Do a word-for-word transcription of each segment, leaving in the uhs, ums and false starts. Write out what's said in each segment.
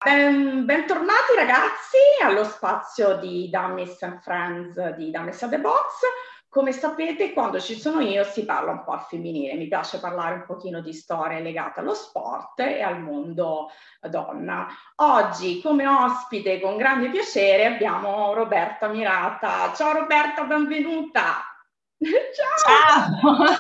Ben- bentornati ragazzi allo spazio di Dummies and Friends di Dummies at the Box. Come sapete, quando ci sono io si parla un po' al femminile, mi piace parlare un pochino di storie legate allo sport e al mondo donna. Oggi come ospite con grande piacere abbiamo Roberta Mirata. Ciao Roberta, benvenuta! Ciao!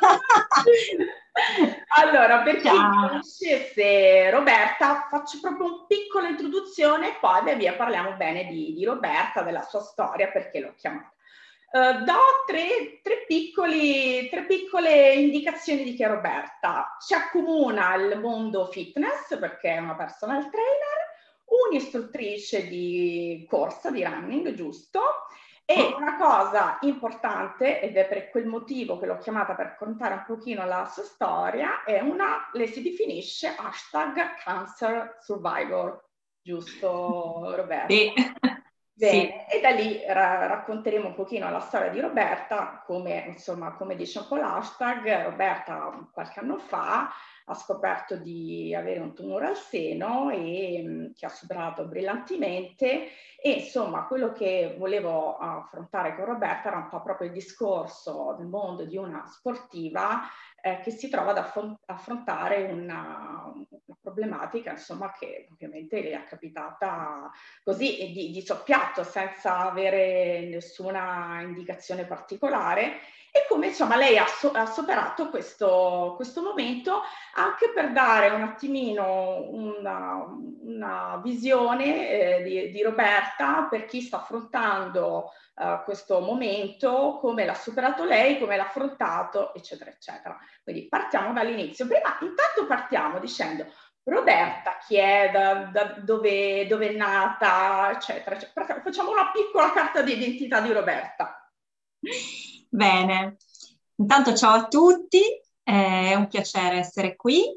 Allora, per chi non Ciao! conoscesse Roberta, faccio proprio una piccola introduzione e poi via via parliamo bene di, di Roberta, della sua storia, perché l'ho chiamata. Uh, do tre, tre, piccoli, tre piccole indicazioni di chi è Roberta. Ci accomuna il mondo fitness perché è una personal trainer, un'istruttrice di corsa, di running, giusto? E una cosa importante, ed è per quel motivo che l'ho chiamata per contare un pochino la sua storia, è una, lei si definisce hashtag cancer survivor, giusto Roberta? Sì, sì. Bene, e da lì ra- racconteremo un pochino la storia di Roberta, come, insomma, come dice un po' l'hashtag, Roberta qualche anno fa ha scoperto di avere un tumore al seno e mh, che ha superato brillantemente e insomma quello che volevo affrontare con Roberta era un po' proprio il discorso del mondo di una sportiva eh, che si trova ad affron- affrontare una, una problematica insomma che ovviamente le è capitata così di, di soppiatto senza avere nessuna indicazione particolare e come insomma lei ha, so- ha superato questo, questo momento anche per dare un attimino una, una visione eh, di, di Roberta per chi sta affrontando uh, questo momento, come l'ha superato lei, come l'ha affrontato, eccetera, eccetera. Quindi partiamo dall'inizio. Prima, intanto partiamo dicendo Roberta chi è, da, da dove, dove è nata, eccetera, eccetera. Facciamo una piccola carta di identità di Roberta. Bene, intanto ciao a tutti, è un piacere essere qui.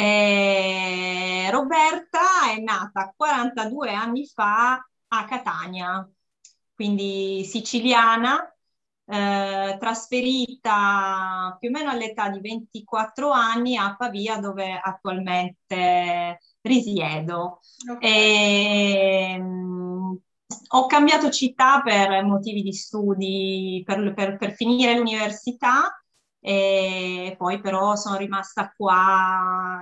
Eh, Roberta è nata quarantadue anni fa a Catania, quindi siciliana, eh, trasferita più o meno all'età di ventiquattro anni a Pavia, dove attualmente risiedo. Ok. E, mh, ho cambiato città per motivi di studi, per, per- per finire l'università, e poi però sono rimasta qua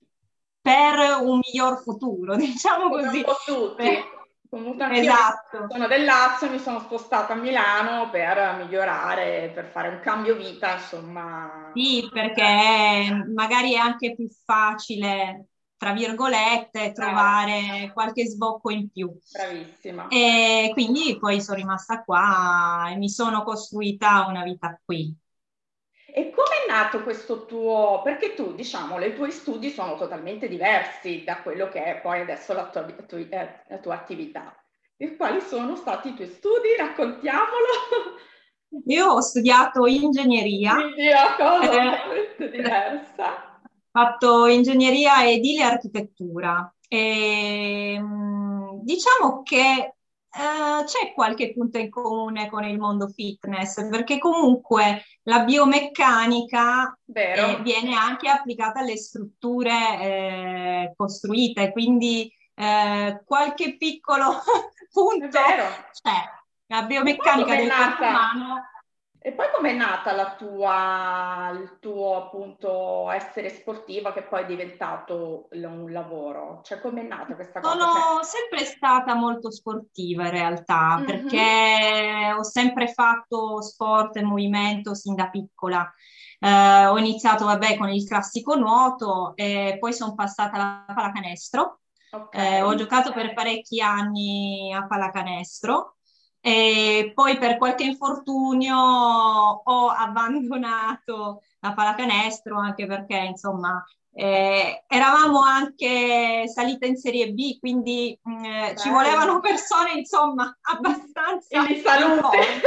per un miglior futuro, diciamo Come un così. po' tutti. Per- Comunque anch'io Esatto. sono del Lazio, mi sono spostata a Milano per migliorare, per fare un cambio vita, insomma. Sì, perché magari è anche più facile, tra virgolette, Brava, trovare qualche sbocco in più. bravissima. E quindi poi sono rimasta qua e mi sono costruita una vita qui. E come è nato questo tuo, perché tu, diciamo, i tuoi studi sono totalmente diversi da quello che è poi adesso la tua, la tua, eh, la tua attività. E quali sono stati i tuoi studi? Raccontiamolo. Io ho studiato ingegneria, Quindi è una cosa eh, totalmente diversa. ho fatto ingegneria edile e architettura. E, mh, diciamo che eh, c'è qualche punto in comune con il mondo fitness, perché comunque la biomeccanica Vero? eh, viene anche applicata alle strutture eh, costruite, quindi eh, qualche piccolo È punto vero. c'è. La E poi biomeccanica com'è del corpo nata? umano. E poi com'è nata la tua, il tuo appunto essere sportiva che poi è diventato l- un lavoro? Cioè com'è nata questa cosa? Cioè, Sono sempre stata molto sportiva in realtà, mhm, perché ho sempre fatto sport e movimento sin da piccola. Eh, ho iniziato, vabbè, con il classico nuoto e poi sono passata alla pallacanestro. ok, Eh, ho giocato per parecchi anni a pallacanestro e poi per qualche infortunio ho abbandonato la pallacanestro anche perché, insomma, eh, eravamo anche salite in Serie B, quindi mh, eh, ci bello. volevano persone, insomma, E abbastanza di in salute. forma.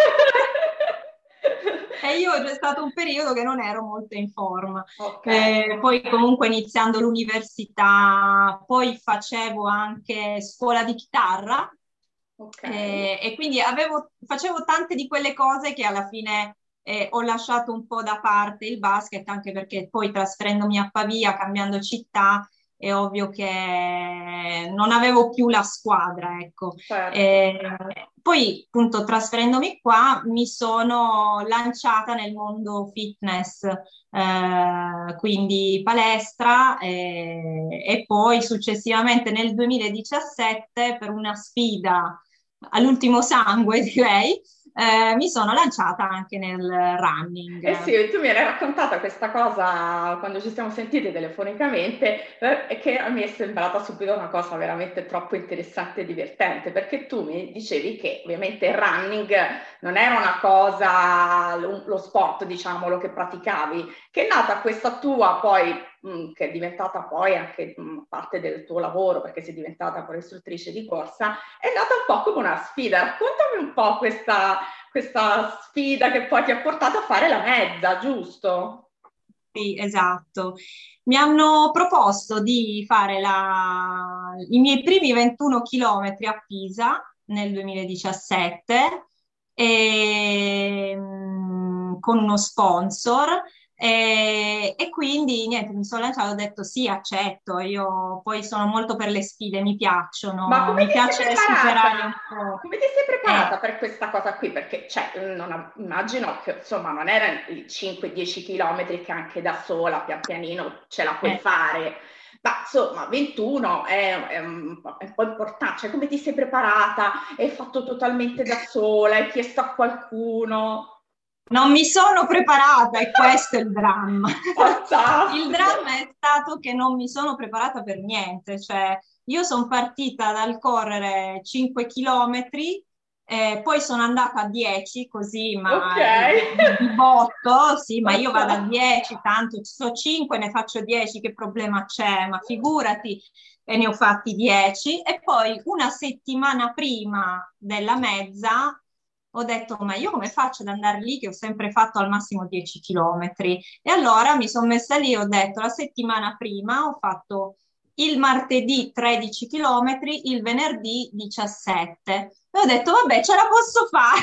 E io c'è stato un periodo che non ero molto in forma. Ok, Eh, poi comunque iniziando l'università, poi facevo anche scuola di chitarra ok. eh, e quindi avevo- facevo tante di quelle cose che alla fine eh, ho lasciato un po' da parte il basket, anche perché poi trasferendomi a Pavia, cambiando città, è ovvio che non avevo più la squadra, ecco. certo. Eh, poi, appunto, trasferendomi qua, mi sono lanciata nel mondo fitness, eh, quindi palestra, eh, e poi successivamente nel duemiladiciassette, per una sfida all'ultimo sangue, direi, eh, mi sono lanciata anche nel Eh running. sì, tu mi hai raccontata questa cosa quando ci siamo sentiti telefonicamente, eh, e che a me è sembrata subito una cosa veramente troppo interessante e divertente, perché tu mi dicevi che ovviamente il running non era una cosa, lo, lo sport, diciamolo, che praticavi, che è nata questa tua poi, mh, che è diventata poi anche mh, parte del tuo lavoro, perché sei diventata poi istruttrice di corsa, è nata un po' come una sfida. Raccontami un po' questa questa sfida che poi ti ha portato a fare la mezza, giusto? Sì, esatto. Mi hanno proposto di fare la- i miei primi ventuno chilometri a Pisa nel duemiladiciassette, e, mm, con uno sponsor, e, e quindi niente, mi sono lanciata, ho detto sì, accetto. Io poi sono molto per le sfide, mi Ma piacciono, come mi ti sei piace superare un preparata? po'. Come ti sei Eh, preparata per questa cosa qui? Perché cioè, non, immagino che insomma non erano i cinque dieci chilometri che anche da sola, pian pianino, ce la puoi eh. fare. Ma insomma, ventuno è, è un po', è un po' importante. Cioè, come ti sei preparata? Hai fatto totalmente da sola? Hai chiesto a qualcuno? Non mi sono preparata e questo è il dramma. Il Fantastico! dramma è stato che non mi sono preparata per niente, cioè io sono partita dal correre cinque chilometri, eh, poi sono andata a dieci così, Ok. ma di, di- di botto, sì, ma io vado a Fantastico. dieci, tanto ci sono cinque, ne faccio dieci, che problema c'è? Ma figurati, e ne ho fatti dieci. E poi una settimana prima della mezza ho detto, ma io come faccio ad andare lì che ho sempre fatto al massimo dieci chilometri? E allora mi sono messa lì, ho detto, la settimana prima ho fatto il martedì tredici chilometri, il venerdì diciassette. E ho detto, vabbè, ce la posso fare.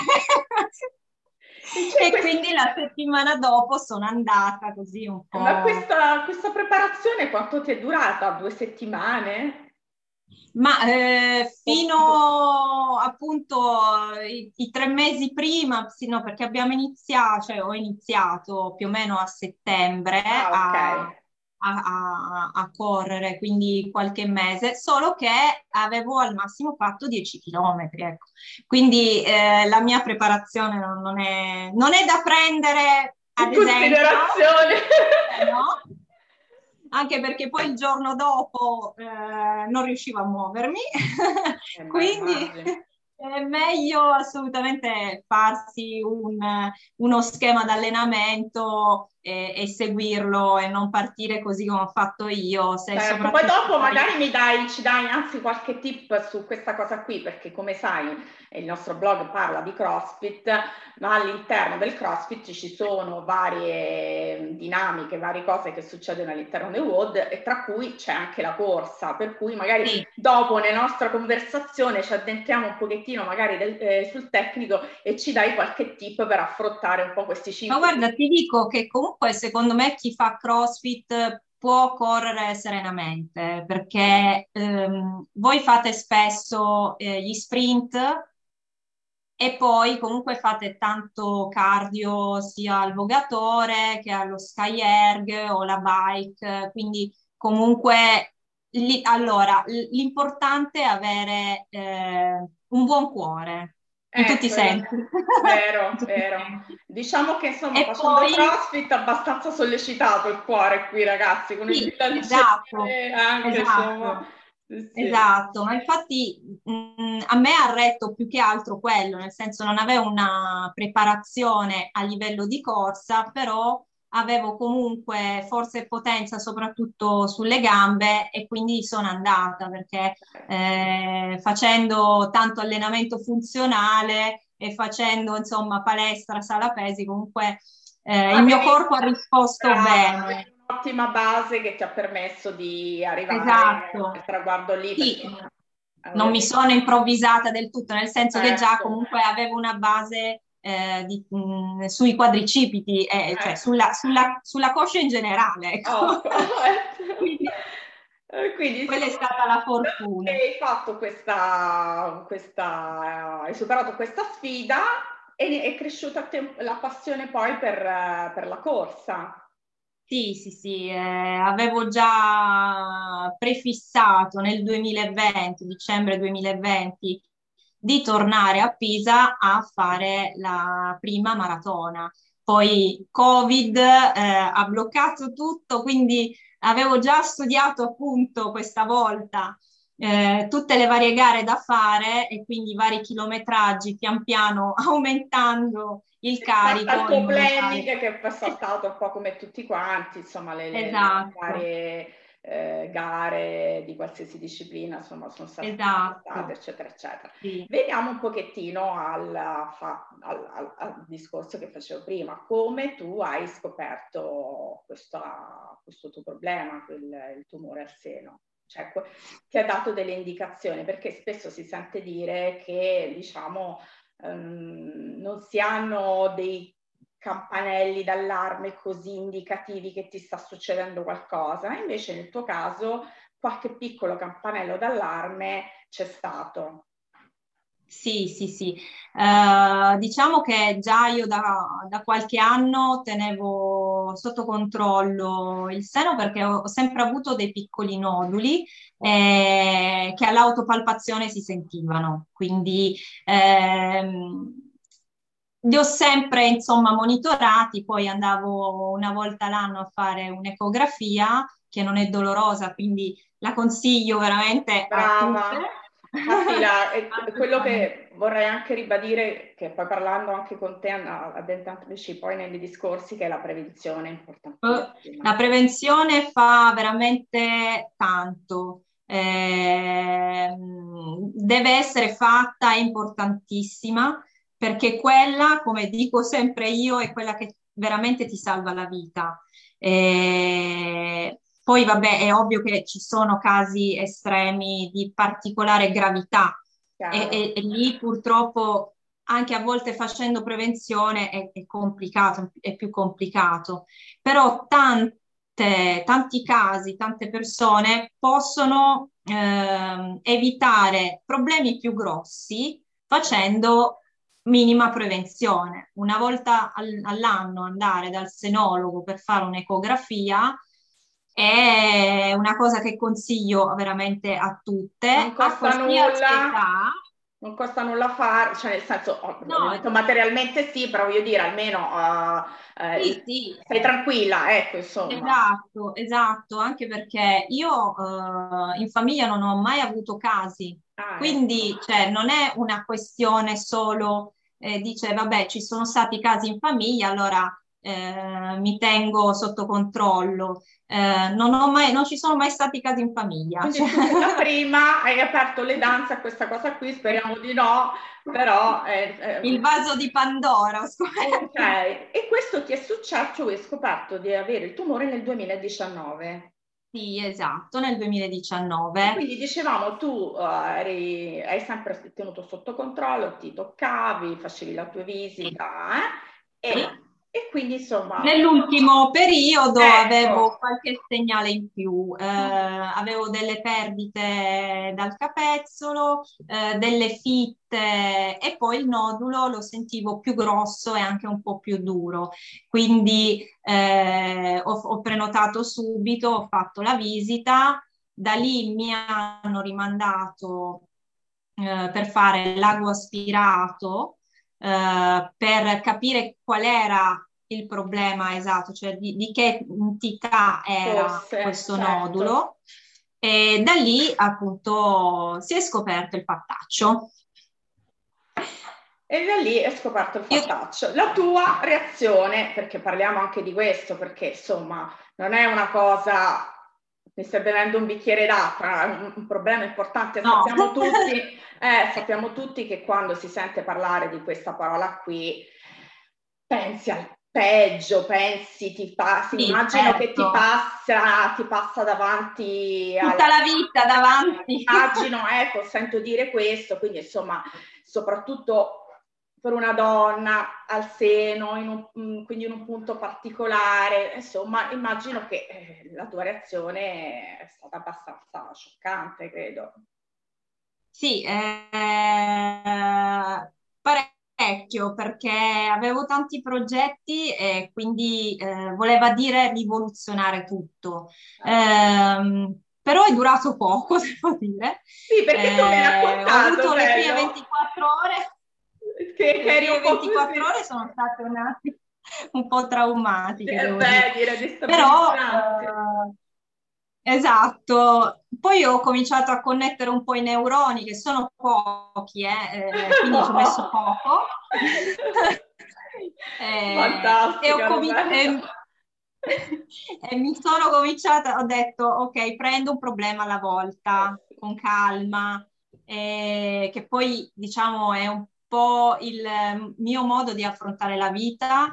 E c'è E quest- quindi la settimana dopo sono andata così un Ma po'. questa, questa preparazione quanto ti è durata? Due settimane? Ma eh, Oppure- fino appunto i, i tre mesi prima, sì, no, perché abbiamo iniziato, cioè ho iniziato più o meno a settembre Ah, ok. a, a- a- a correre, quindi qualche mese, solo che avevo al massimo fatto dieci chilometri, ecco. Quindi eh, la mia preparazione non, non è, non è da prendere In ad esempio, considerazione. eh, no? Anche perché poi il giorno dopo eh, non riuscivo a muovermi, Eh, ma quindi immagino. è meglio assolutamente farsi un- uno schema d'allenamento e, e seguirlo e non partire così come ho fatto io, se Certo, poi soprattutto dopo poi... magari mi dai, ci dai anzi qualche tip su questa cosa qui, perché come sai il nostro blog parla di CrossFit, ma all'interno del CrossFit ci sono varie dinamiche, varie cose che succedono all'interno del W O D e tra cui c'è anche la corsa, per cui magari Sì. dopo nella nostra conversazione ci addentriamo un pochettino magari del- eh, sul tecnico e ci dai qualche tip per affrontare un po' questi Ma cinque. guarda, ti dico che comunque secondo me chi fa CrossFit può correre serenamente perché ehm, voi fate spesso eh, gli sprint e poi comunque fate tanto cardio sia al vogatore che allo sky erg o la bike, quindi comunque lì- allora l- l'importante è avere eh, un buon cuore in tutti i Ecco, sensi. io- In vero, tutti i vero. sensi. Diciamo che insomma E facendo poi CrossFit è abbastanza sollecitato il cuore qui, ragazzi, con il sì, esatto, bilanciere anche, insomma. esatto, Sì, sì. esatto, ma infatti mh, a me ha retto più che altro quello, nel senso non avevo una preparazione a livello di corsa, però avevo comunque forza e potenza soprattutto sulle gambe e quindi sono andata perché eh, facendo tanto allenamento funzionale e facendo insomma palestra, sala pesi, comunque eh, il mio Avevi, corpo ha risposto brava, bene. avevi un'ottima base che ti ha permesso di arrivare al Esatto, traguardo lì, sì, perché eh, non mi ovviamente, sono improvvisata del tutto, nel senso che già certo, comunque avevo una base eh, di- mh, sui quadricipiti, eh, cioè ecco. sulla, sulla- sulla coscia in generale, ecco. Oh, corretto. Quindi, Eh, Quindi Quella è insomma, stata la dopo che fortuna. hai fatto questa, questa, hai superato questa sfida, è, è cresciuta a te la passione poi per, eh, per la corsa. Sì, sì, sì, eh, avevo già prefissato nel duemilaventi, dicembre duemilaventi, di tornare a Pisa a fare la prima maratona. Poi Covid, eh, ha bloccato tutto, quindi avevo già studiato appunto questa volta eh, tutte le varie gare da fare e quindi i vari chilometraggi pian piano aumentando il Sei fatta il carico in tuo modo planning tale. che è saltato un po' come tutti quanti, insomma, le, le- le Esatto, varie eh, gare di qualsiasi disciplina, insomma, sono state state, esatto, eccetera, eccetera. sì. Veniamo un pochettino al, fa- al- al- al discorso che facevo prima, come tu hai scoperto questa- questo tuo problema, il, il tumore al seno. Cioè, que- ti ha dato delle indicazioni, perché spesso si sente dire che, diciamo, ehm, non si hanno dei campanelli d'allarme così indicativi che ti sta succedendo qualcosa, invece nel tuo caso qualche piccolo campanello d'allarme c'è stato. Sì, sì, sì. Eh, diciamo che già io da, da qualche anno tenevo sotto controllo il seno perché ho, ho sempre avuto dei piccoli noduli eh, che all'autopalpazione si sentivano. Quindi ehm, li ho sempre, insomma, monitorati, poi andavo una volta l'anno a fare un'ecografia che non è dolorosa, quindi la consiglio veramente a tutte. Brava. Infatti, la- è- è quello Assolutamente. che vorrei anche ribadire, che poi parlando anche con te, addentrandoci poi nei discorsi, che è la prevenzione è La importantissima. prevenzione fa veramente tanto. Ehm, deve essere fatta, è importantissima, perché quella, come dico sempre io, è quella che veramente ti salva la vita. Eh, poi, vabbè, è ovvio che ci sono casi estremi di particolare gravità e, Chiaro. e- e lì purtroppo anche a volte facendo prevenzione è, è complicato, è più complicato, però tante, tanti casi, tante persone possono ehm, evitare problemi più grossi facendo minima prevenzione. Una volta al- all'anno andare dal senologo per fare un'ecografia è una cosa che consiglio veramente a Non tutte, a costa qualsiasi nulla, età. non costa nulla fare, cioè nel senso, ov- No, ovviamente materialmente sì, però voglio dire, almeno eh, sì, eh, sì, stai tranquilla, ecco, insomma. esatto, esatto, anche perché io eh, in famiglia non ho mai avuto casi, Ah, ecco. quindi cioè, non è una questione solo, eh, dice, vabbè, ci sono stati casi in famiglia, allora eh, mi tengo sotto controllo. Eh, non ho mai, non ci sono mai stati casi in famiglia. Quindi Cioè. tu sei la prima, hai aperto le danze a questa cosa qui, speriamo di no, però... eh, Il eh, vaso di Pandora, ho ok, scoperto. e questo ti è successo, hai scoperto di avere il tumore nel duemiladiciannove. Sì, esatto, nel E duemiladiciannove. quindi dicevamo, tu eh, eri- hai sempre tenuto sotto controllo, ti toccavi, facevi la tua Sì. visita, eh? Sì. E, e quindi insomma, Nell'ultimo periodo ecco, avevo qualche segnale in più, eh, avevo delle perdite dal capezzolo, eh, delle fitte e poi il nodulo lo sentivo più grosso e anche un po' più duro. Quindi eh, ho, ho prenotato subito, ho fatto la visita, da lì mi hanno rimandato eh, per fare l'ago aspirato eh, per capire qual era il problema esatto, cioè di, di che entità era forse, questo certo. nodulo. E da lì appunto si è scoperto il fattaccio. E da lì è scoperto il Io, fattaccio. La tua reazione, perché parliamo anche di questo, perché insomma non è una cosa, mi stai bevendo un bicchiere d'acqua, è un, un problema importante, no. sappiamo tutti, eh, sappiamo tutti che quando si sente parlare di questa parola qui, pensi al peggio, pensi, ti passi, Sì, immagino che ti certo, passa, ti passa davanti alla... tutta la vita davanti. Immagino, ecco, sento dire questo, quindi insomma, soprattutto per una donna al seno, in un, quindi in un punto particolare, insomma, immagino che eh, la tua reazione è stata abbastanza scioccante, credo. Sì, eh, parecchio, perché avevo tanti progetti e quindi eh, voleva dire rivoluzionare tutto. Ehm, però è durato poco, devo dire. Sì, perché tu mi hai Eh, ho raccontato, avuto le prime bello, ventiquattro ore, che, le che eri un prime po' ventiquattro così. ore sono state un attimo un po' traumatiche, Eh, devo dire. beh, direi Però, destabilizzanti. eh, esatto, poi ho cominciato a connettere un po' i neuroni, che sono pochi, eh, eh, quindi ci ho messo poco. Eh, e, ho Fantastica, comi- e- Roberta. e mi sono cominciata, ho detto, ok, prendo un problema alla volta, con calma, eh, che poi diciamo è un po' il eh, mio modo di affrontare la vita.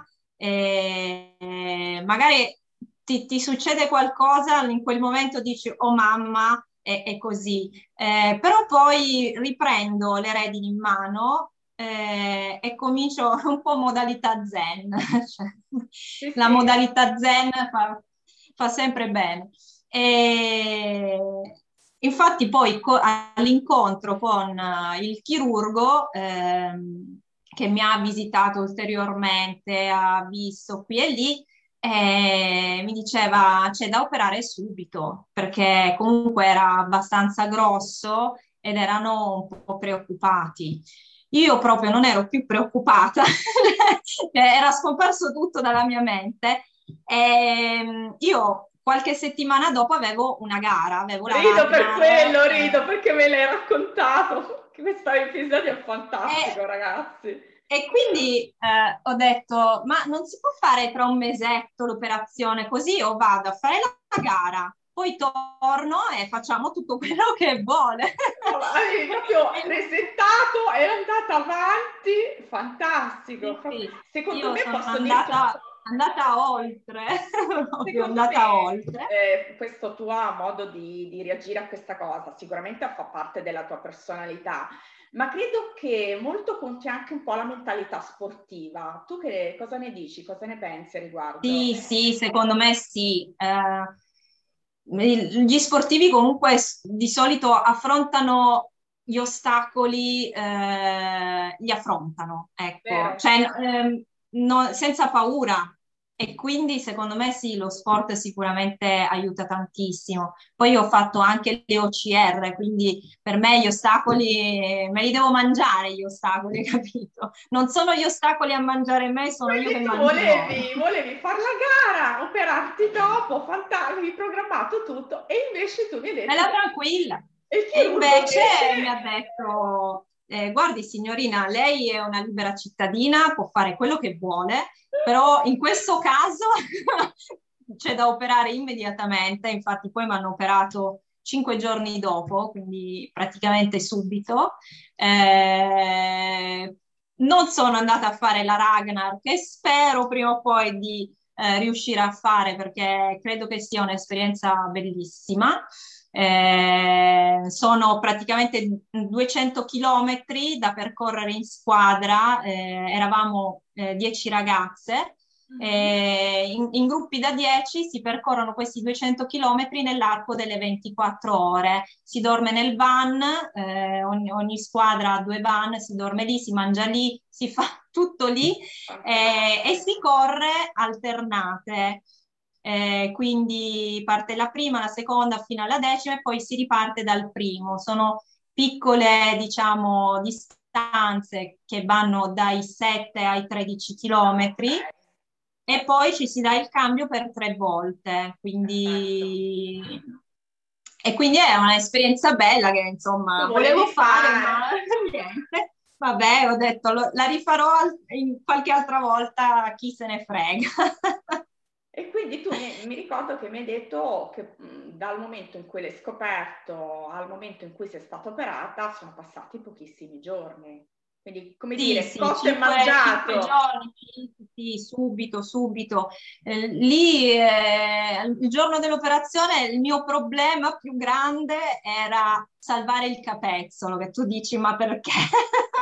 Eh, magari ti, ti succede qualcosa, in quel momento dici, oh mamma, è, è così. Eh, però poi riprendo le redini in mano eh, e comincio un po' modalità zen. Cioè, Sì, la sì. modalità zen fa, fa sempre bene. E infatti poi co- all'incontro con eh, il chirurgo ehm, che mi ha visitato ulteriormente, ha visto qui e lì, e mi diceva c'è da operare subito perché comunque era abbastanza grosso ed erano un po' preoccupati. Io proprio non ero più preoccupata, era scomparso tutto dalla mia mente. E io qualche settimana dopo avevo una gara, avevo la Rido per Ragnar. quello, rido eh, perché me l'hai raccontato. Questo episodio è fantastico, e ragazzi. E quindi eh, ho detto, ma non si può fare tra un mesetto l'operazione così o vado a fare la, la gara, poi torno e facciamo tutto quello che vuole. No, ma avevi proprio resettato, è andata avanti, fantastico. Sì, Proprio- sì, Secondo io me sono posso dirti, andata, andata oltre, proprio secondo me andata oltre. eh, questo tuo modo di, di reagire a questa cosa sicuramente fa parte della tua personalità, ma credo che molto conti anche un po' la mentalità sportiva. Tu che cosa ne dici? Cosa ne pensi a riguardo? Sì, sì, secondo me sì. Eh, il- gli sportivi comunque s- di solito affrontano gli ostacoli, eh, li affrontano, ecco, Vero? cioè ehm, no- senza paura. E quindi secondo me sì, lo sport sicuramente aiuta tantissimo. Poi ho fatto anche le O C R, quindi per me gli ostacoli eh, me li devo mangiare gli ostacoli, capito? Non sono gli ostacoli a mangiare me, sono io che Quindi tu mangio loro. volevi, volevi fare la gara, operarti dopo, fantastico, avevi programmato tutto e invece tu mi hai detto Bella che tranquilla. il E chirurgo invece mi ha invece... detto, eh, guardi signorina, lei è una libera cittadina, può fare quello che vuole, però in questo caso c'è da operare immediatamente. Infatti poi mi hanno operato cinque giorni dopo, quindi praticamente subito. Eh, non sono andata a fare la Ragnar, che spero prima o poi di eh, riuscire a fare perché credo che sia un'esperienza bellissima. Eh, sono praticamente duecento chilometri da percorrere in squadra, eh, eravamo eh, dieci ragazze. Mhm. Eh, in, in gruppi da dieci si percorrono questi duecento chilometri nell'arco delle ventiquattro ore. Si dorme nel van, eh, ogni, ogni squadra ha due van, si dorme lì, si mangia lì, si fa tutto lì eh, e si corre alternate. Eh, quindi parte la prima, la seconda fino alla decima e poi si riparte dal primo. Sono piccole, diciamo, distanze che vanno dai sette ai tredici chilometri e poi ci si dà il cambio per tre volte. Perfetto. Quindi... E quindi è un'esperienza bella che Tu insomma volevo volevi fare, ma fare. niente. Vabbè, ho detto lo- la rifarò al- in qualche altra volta, chi se ne frega. E quindi tu mi, mi ricordo che mi hai detto che mh, dal momento in cui l'hai scoperto al momento in cui sei stata operata sono passati pochissimi giorni. Quindi, come Sì, dire, sì, cotto e cinque, cinque mangiato. giorni, sì, sì, subito, subito. Eh, lì, eh, il giorno dell'operazione, il mio problema più grande era salvare il capezzolo, che tu dici, ma perché?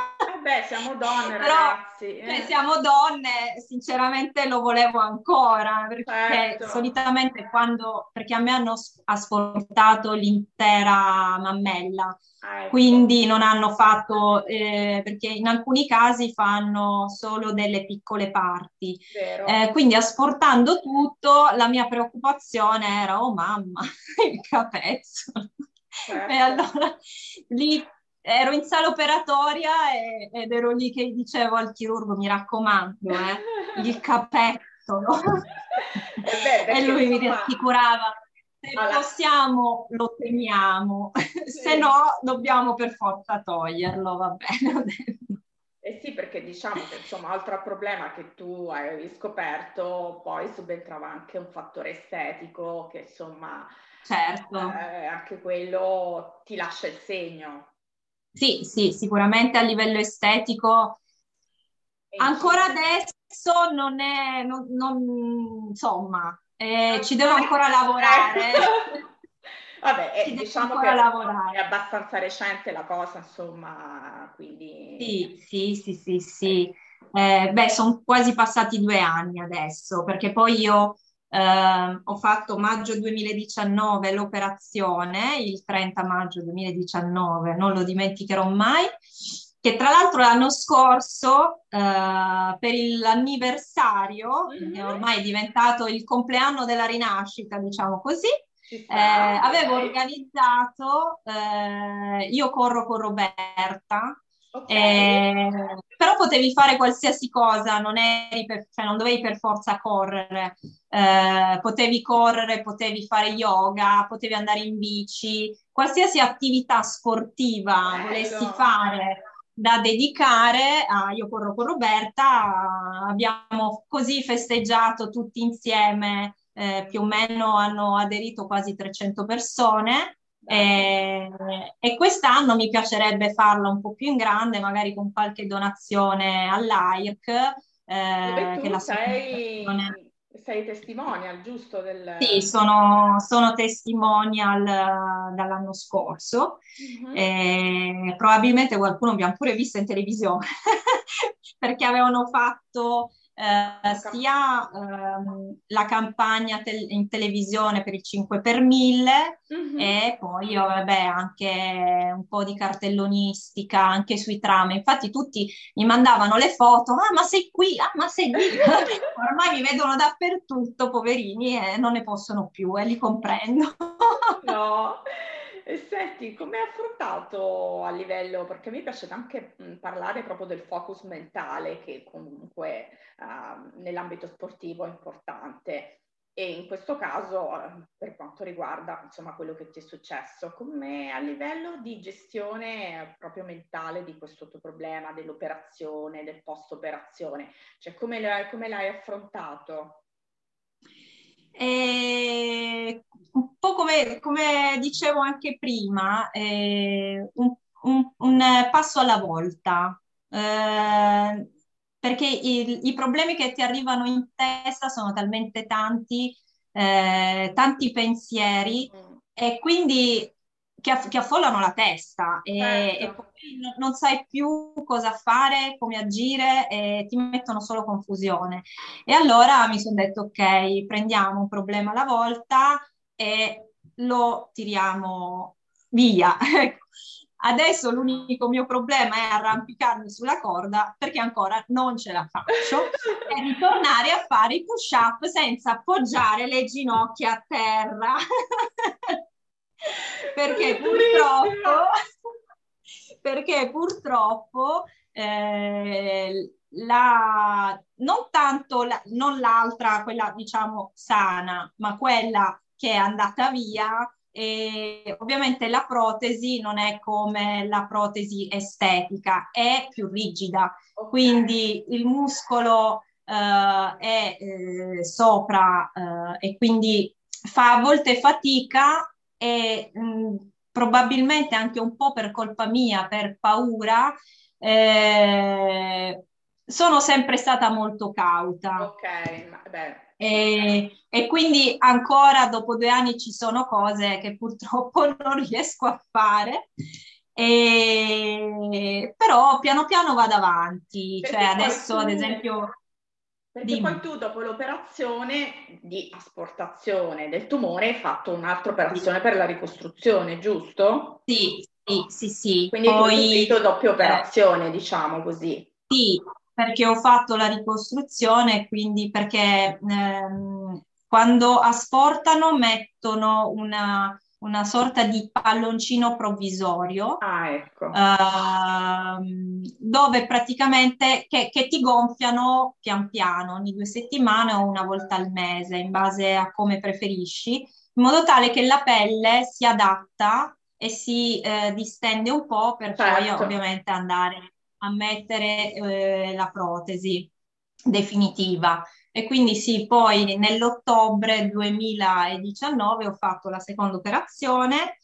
Beh, siamo donne, Però, ragazzi. cioè, Eh. siamo donne, sinceramente lo volevo ancora, perché Certo. solitamente quando, perché a me hanno s- asportato l'intera mammella, Ah, ecco, quindi non hanno fatto, eh, perché in alcuni casi fanno solo delle piccole parti. vero. Eh, quindi asportando tutto, la mia preoccupazione era, oh mamma, il capezzolo. E Certo. allora lì ero in sala operatoria e- ed ero lì che dicevo al chirurgo, mi raccomando, eh, il capezzolo. E beh, E perché lui mi insomma, rassicurava, se alla... possiamo lo teniamo, se sì. no dobbiamo per forza toglierlo, va bene. Ho detto. Eh sì, perché diciamo che insomma, altro problema che tu hai scoperto, poi subentrava anche un fattore estetico che insomma, Certo. eh, anche quello ti lascia il segno. Sì, sì, sicuramente a livello estetico E ancora incide. adesso non è, non- non- insomma, eh, Non ci devo non ancora è... lavorare. Ecco. Vabbè, Ci eh, devo diciamo ancora che è lavorare. abbastanza recente la cosa, insomma, quindi... Sì, sì, sì, sì, eh, sì. Eh, beh, sono quasi passati due anni adesso, perché poi io ehm, ho fatto maggio duemiladiciannove l'operazione, il trenta maggio duemiladiciannove, non lo dimenticherò mai, che tra l'altro l'anno scorso, eh, per il- l'anniversario, che mhm, ormai è diventato il compleanno della rinascita, diciamo così, ci eh, sta, avevo dai. organizzato, eh, io corro con Roberta, Ok, eh, però potevi fare qualsiasi cosa, non eri per- cioè non dovevi per forza correre. Eh, potevi correre, potevi fare yoga, potevi andare in bici, qualsiasi attività sportiva volessi bello. fare da dedicare a Io corro con Roberta, abbiamo così festeggiato tutti insieme, eh, più o meno hanno aderito quasi trecento persone. Dai. E, e quest'anno mi piacerebbe farla un po' più in grande, magari con qualche donazione all'A I R C, Dove eh, che è tu l'associazione. sei, sei testimonial, giusto? Sì, Del... sono, sono testimonial eh, dall'anno scorso. Mhm. Eh, probabilmente qualcuno mi ha pure visto in televisione perché avevano fatto eh, Un camp- sia ehm, la campagna tel- in televisione per il cinque per mille Mhm. e poi oh, vabbè, anche un po' di cartellonistica anche sui tram. Infatti tutti mi mandavano le foto, ah ma sei qui, ah ma sei lì. Ormai mi vedono dappertutto, poverini, e non ne possono più, e li comprendo. No, e senti, come hai affrontato a livello, perché mi piace anche mh, parlare proprio del focus mentale che comunque ah, nell'ambito sportivo è importante e in questo caso eh, per quanto riguarda insomma quello che ti è successo, come a livello di gestione eh, proprio mentale di questo tuo problema dell'operazione, del post-operazione, cioè come l'hai come l'hai affrontato? E un po' come, come dicevo anche prima, eh, un, un- un passo alla volta. Eh, perché i, i problemi che ti arrivano in testa sono talmente tanti, eh, tanti pensieri, Mm, e quindi che, aff- che affollano la testa, e, certo. e poi non non sai più cosa fare, come agire, e ti mettono solo confusione. E allora mi sono detto, ok, prendiamo un problema alla volta e lo tiriamo via. Ecco. Adesso l'unico mio problema è arrampicarmi sulla corda, perché ancora non ce la faccio, e ritornare a fare i push-up senza appoggiare le ginocchia a terra. Perché Quella è purtroppo, durissima. perché purtroppo eh, la, non tanto la- non l'altra, quella diciamo sana, ma quella che è andata via. E ovviamente la protesi non è come la protesi estetica, è più rigida, Ok, quindi il muscolo eh, è eh, sopra eh, e quindi fa a volte fatica e mh, probabilmente anche un po' per colpa mia, per paura, eh, sono sempre stata molto cauta. ok, ma, beh, E, e quindi ancora dopo due anni ci sono cose che purtroppo non riesco a fare. E... però piano piano vado avanti, cioè Perché poi adesso ad tu, esempio, perché poi dimmi. tu dopo l'operazione di asportazione del tumore hai fatto un'altra Sì, operazione per la ricostruzione, giusto? sì, sì, sì, sì. Quindi tu hai Poi subito doppia eh, operazione, diciamo così. sì, perché ho fatto la ricostruzione, quindi perché ehm, quando asportano mettono una, una sorta di palloncino provvisorio Ah, ecco. ehm, dove praticamente che, che ti gonfiano pian piano, ogni due settimane o una volta al mese, in base a come preferisci, in modo tale che la pelle si adatta e si eh, distende un po' per poi Certo. ovviamente andare a mettere eh, la protesi definitiva. E quindi sì, poi nell'ottobre duemiladiciannove ho fatto la seconda operazione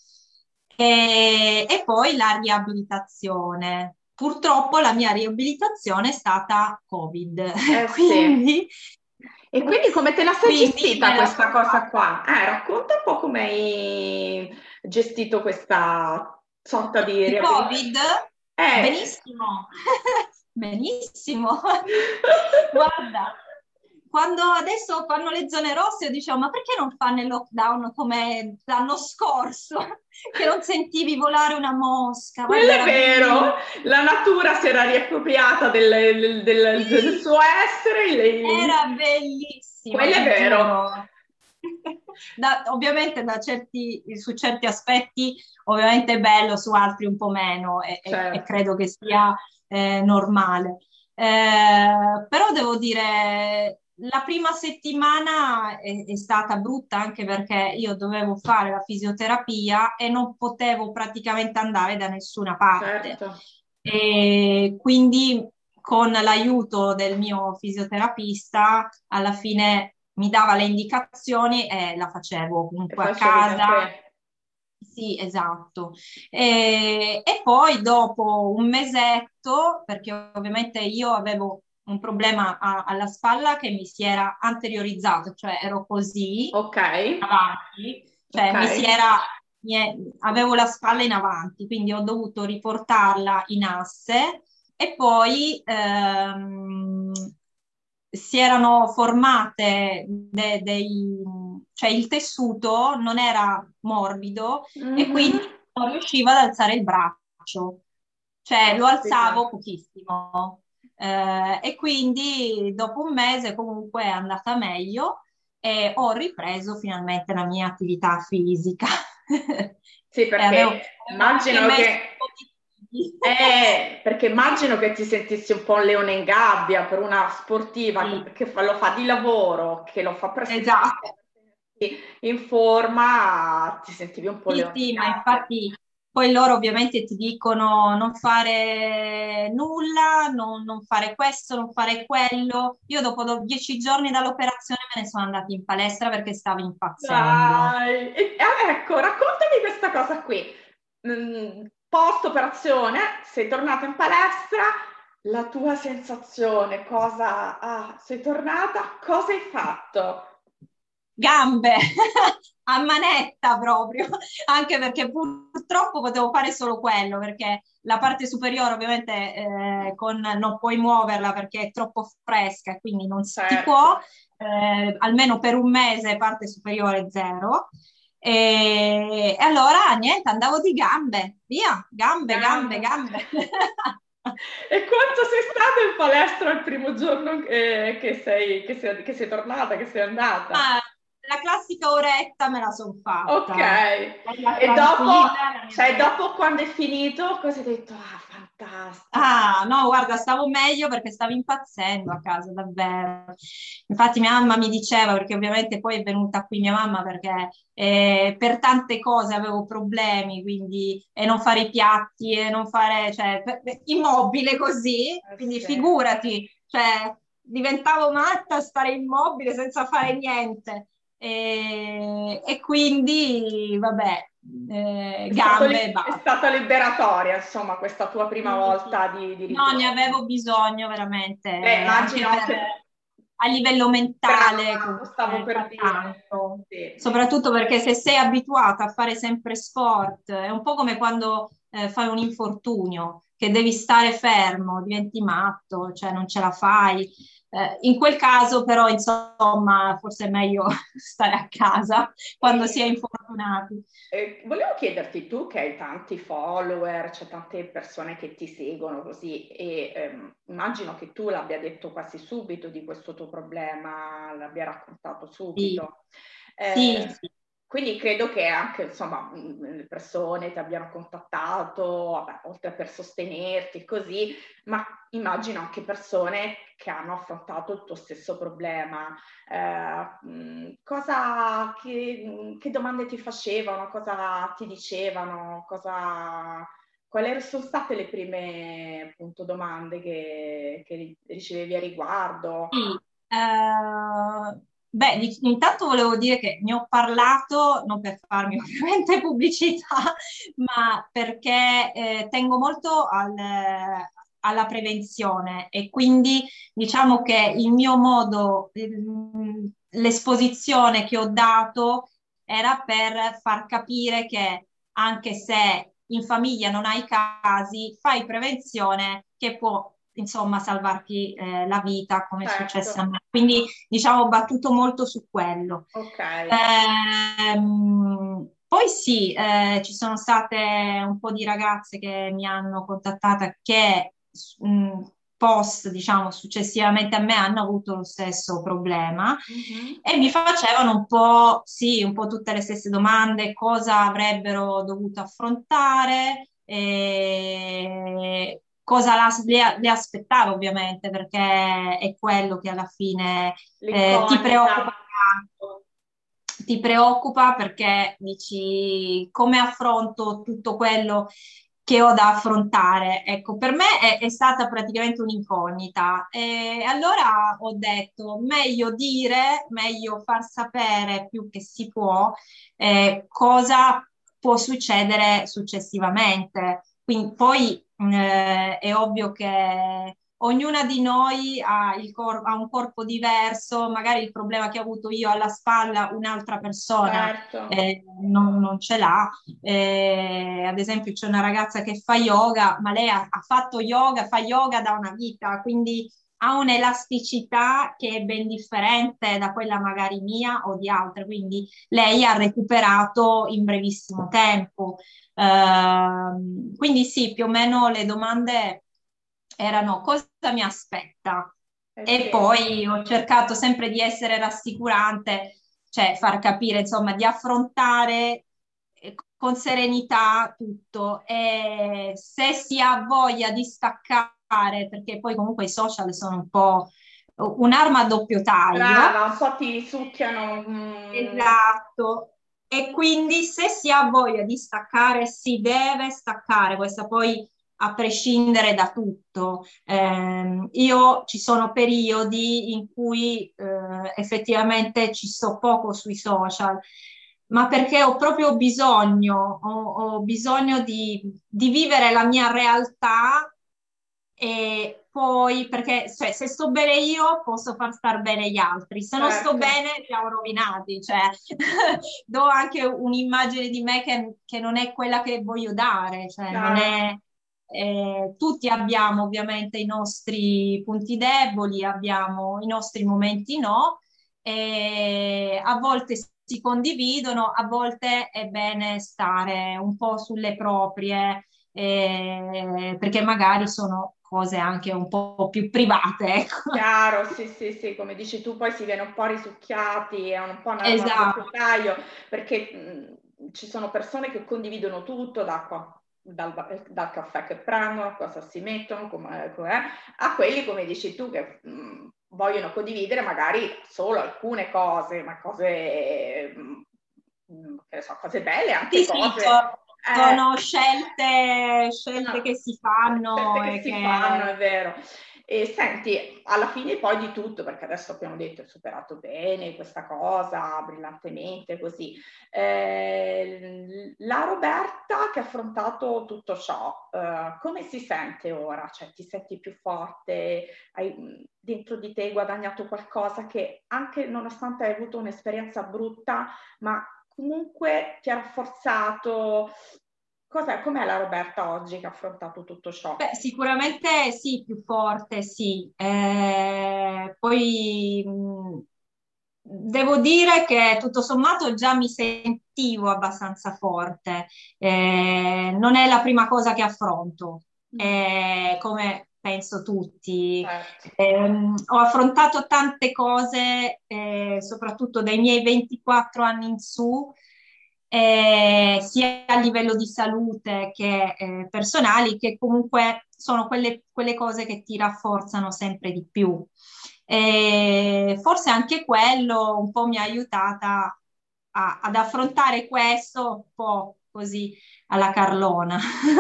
e, e poi la riabilitazione. Purtroppo la mia riabilitazione è stata Covid, Eh sì. quindi, E quindi come te la sei quindi gestita me la questa sono cosa fatta. qua? Eh, racconta un po' come hai gestito questa sorta di Il riabilitazione. Covid? Eh. Benissimo, benissimo. Guarda, quando adesso fanno le zone rosse, io dicevo, ma perché non fanno il lockdown come l'anno scorso, che non sentivi volare una mosca? Quello Guarda, è era vero, bellissimo. la natura si era riappropriata del, del- del- del Sì, suo essere, era il- bellissimo, quello è ti vero. giuro. Da- ovviamente da certi, su certi aspetti ovviamente è bello, su altri un po' meno e, e- e Certo. credo che sia eh, normale. Eh, però devo dire, la prima settimana è, è stata brutta anche perché io dovevo fare la fisioterapia e non potevo praticamente andare da nessuna parte. Certo. E quindi con l'aiuto del mio fisioterapista, alla fine mi dava le indicazioni e la facevo E comunque a facevi da casa. te. Sì, esatto. E, e poi dopo un mesetto, perché ovviamente io avevo un problema a- alla spalla che mi si era anteriorizzato, cioè ero così Ok, avanti, cioè ok. mi si era, mi è- avevo la spalla in avanti, quindi ho dovuto riportarla in asse e poi ehm, si erano formate de- dei, cioè il tessuto non era morbido e quindi Mhm. non riuscivo ad alzare il braccio, cioè lo Caspita. alzavo pochissimo. Eh, e quindi dopo un mese comunque è andata meglio e ho ripreso finalmente la mia attività fisica. Sì, E avevo, perché avevo anche immagino messo che, un po' di... eh, perché immagino che ti sentissi un po' un leone in gabbia per una sportiva Sì, che, che fa- lo fa di lavoro, che lo fa esatto. presto in forma, ti sentivi un po' Sì, leone in sì, ma gabbia. infatti poi loro ovviamente ti dicono non fare nulla, non, non fare questo, non fare quello. Io dopo do- dieci giorni dall'operazione me ne sono andata in palestra perché stavo impazzendo. Dai, e- ah, ecco, raccontami questa cosa qui. Mm, post operazione, sei tornata in palestra, la tua sensazione, cosa, ah, sei tornata, cosa hai fatto? Gambe a manetta proprio, anche perché purtroppo potevo fare solo quello, perché la parte superiore ovviamente eh, con, non puoi muoverla perché è troppo fresca, quindi non si Certo. può, eh, almeno per un mese parte superiore zero. E, e allora niente, andavo di gambe, via, gambe, gambe, Gambe. gambe. E quanto sei stata in palestra il primo giorno che, che sei, che sei, che sei tornata, che sei andata? Ma la classica oretta me la sono Ok, fatta, bella e dopo, tranquilla, la mia cioè vita. dopo quando è finito, cosa hai detto? Ah, fantastico. Ah, no, guarda, stavo meglio perché stavo impazzendo a casa, davvero. Infatti mia mamma mi diceva, perché ovviamente poi è venuta qui mia mamma perché eh, per tante cose avevo problemi, quindi e non fare i piatti e non fare, cioè, per- per- immobile così, Eh quindi sì. figurati, cioè, diventavo matta a stare immobile senza fare niente. E, e quindi, vabbè, eh, È stato gambe e li- è basta. stata liberatoria, insomma, questa tua prima Sì, sì. volta di, di No, ne ritorno. avevo bisogno veramente, Beh, eh, anche immagino per, anche, a livello mentale, brava, lo stavo comunque per fa dire. tanto. Sì. Soprattutto perché se sei abituata a fare sempre sport, è un po' come quando eh, fai un infortunio, che devi stare fermo, diventi matto, cioè non ce la fai. Eh, in quel caso però, insomma, forse è meglio stare a casa quando si è E, infortunati. e volevo chiederti, tu che hai tanti follower, c'è tante persone che ti seguono così, e ehm, immagino che tu l'abbia detto quasi subito di questo tuo problema, l'abbia raccontato Sì, subito. sì, Eh, sì. quindi credo che anche, insomma, mh, le persone ti abbiano contattato, vabbè, oltre per sostenerti così, ma immagino anche persone che hanno affrontato il tuo stesso problema. Eh, mh, cosa, che, che domande ti facevano, cosa ti dicevano, cosa, quali sono state le prime, appunto, domande che, che ricevevi a riguardo? Sì, eh, beh, di- intanto volevo dire che ne ho parlato, non per farmi ovviamente pubblicità, ma perché eh, tengo molto al- alla prevenzione e quindi diciamo che il mio modo, ehm, l'esposizione che ho dato era per far capire che anche se in famiglia non hai casi, fai prevenzione che può insomma salvarti eh, la vita come è successo a Certo, me. Quindi diciamo ho battuto molto su quello. ok, Ehm, poi sì, eh, ci sono state un po' di ragazze che mi hanno contattata che mh, post, diciamo, successivamente a me hanno avuto lo stesso problema mhm, e mi facevano un po', sì, un po' tutte le stesse domande, cosa avrebbero dovuto affrontare, e cosa la- le, le aspettava ovviamente, perché è quello che alla fine eh, ti l'incognita. preoccupa tanto. Ti preoccupa perché dici come affronto tutto quello che ho da affrontare. Ecco, per me è, è stata praticamente un'incognita. E allora ho detto meglio dire, meglio far sapere più che si può eh, cosa può succedere successivamente. Quindi poi eh, è ovvio che ognuna di noi ha, il cor- ha un corpo diverso, magari il problema che ho avuto io alla spalla, un'altra persona Certo, eh, non, non ce l'ha. Eh, ad esempio, c'è una ragazza che fa yoga, ma lei ha, ha fatto yoga, fa yoga da una vita, quindi ha un'elasticità che è ben differente da quella magari mia o di altre, quindi lei ha recuperato in brevissimo tempo. Ehm, quindi sì, più o meno le domande erano cosa mi aspetta? eh E sì, poi ho cercato sempre di essere rassicurante, cioè far capire, insomma, di affrontare eh, con serenità tutto. E se si ha voglia di staccare, perché poi comunque i social sono un po' un'arma a doppio taglio. brava, un po' ti succhiano. mm, Esatto. E quindi se si ha voglia di staccare, si deve staccare, questa poi a prescindere da tutto. Ehm, io ci sono periodi in cui eh, effettivamente ci sto poco sui social, ma perché ho proprio bisogno, ho, ho bisogno di, di vivere la mia realtà e poi, perché cioè, se sto bene io posso far star bene gli altri, se non sto certo, bene li ho rovinati, cioè do anche un'immagine di me che, che non è quella che voglio dare, cioè non chiaro. è, eh, tutti abbiamo ovviamente i nostri punti deboli, abbiamo i nostri momenti no, e a volte si condividono, a volte è bene stare un po' sulle proprie eh, perché magari sono cose anche un po' più private, ecco. Chiaro, sì, sì, sì, come dici tu, poi si viene un po' risucchiati, è un po' un'arma a doppio Esatto, taglio, perché mh, ci sono persone che condividono tutto, da qua- dal, dal caffè che prendono, cosa si mettono, come, com'è, a quelli, come dici tu, che mh, vogliono condividere magari solo alcune cose, ma cose, mh, mh, che ne so, cose belle, sì, anche sì, cose... so- eh, sono scelte, scelte No, che si scelte fanno che e si fanno, che è vero. E senti, alla fine poi di tutto, perché adesso abbiamo detto hai superato bene questa cosa, brillantemente così, eh, la Roberta che ha affrontato tutto ciò, eh, come si sente ora? Cioè, ti senti più forte? Hai dentro di te guadagnato qualcosa che anche nonostante hai avuto un'esperienza brutta, ma comunque ti ha rafforzato? Cos'è, com'è la Roberta oggi che ha affrontato tutto ciò? Beh, sicuramente sì, più forte, sì. Eh, poi mh, devo dire che tutto sommato già mi sentivo abbastanza forte. Eh, non è la prima cosa che affronto, Mm, eh, come penso tutti. certo. Ehm, ho affrontato tante cose, eh, soprattutto dai miei ventiquattro anni in su, eh, sia a livello di salute che eh, personali, che comunque sono quelle, quelle cose che ti rafforzano sempre di più. E forse anche quello un po' mi ha aiutata a- ad affrontare questo un po' così alla Carlona.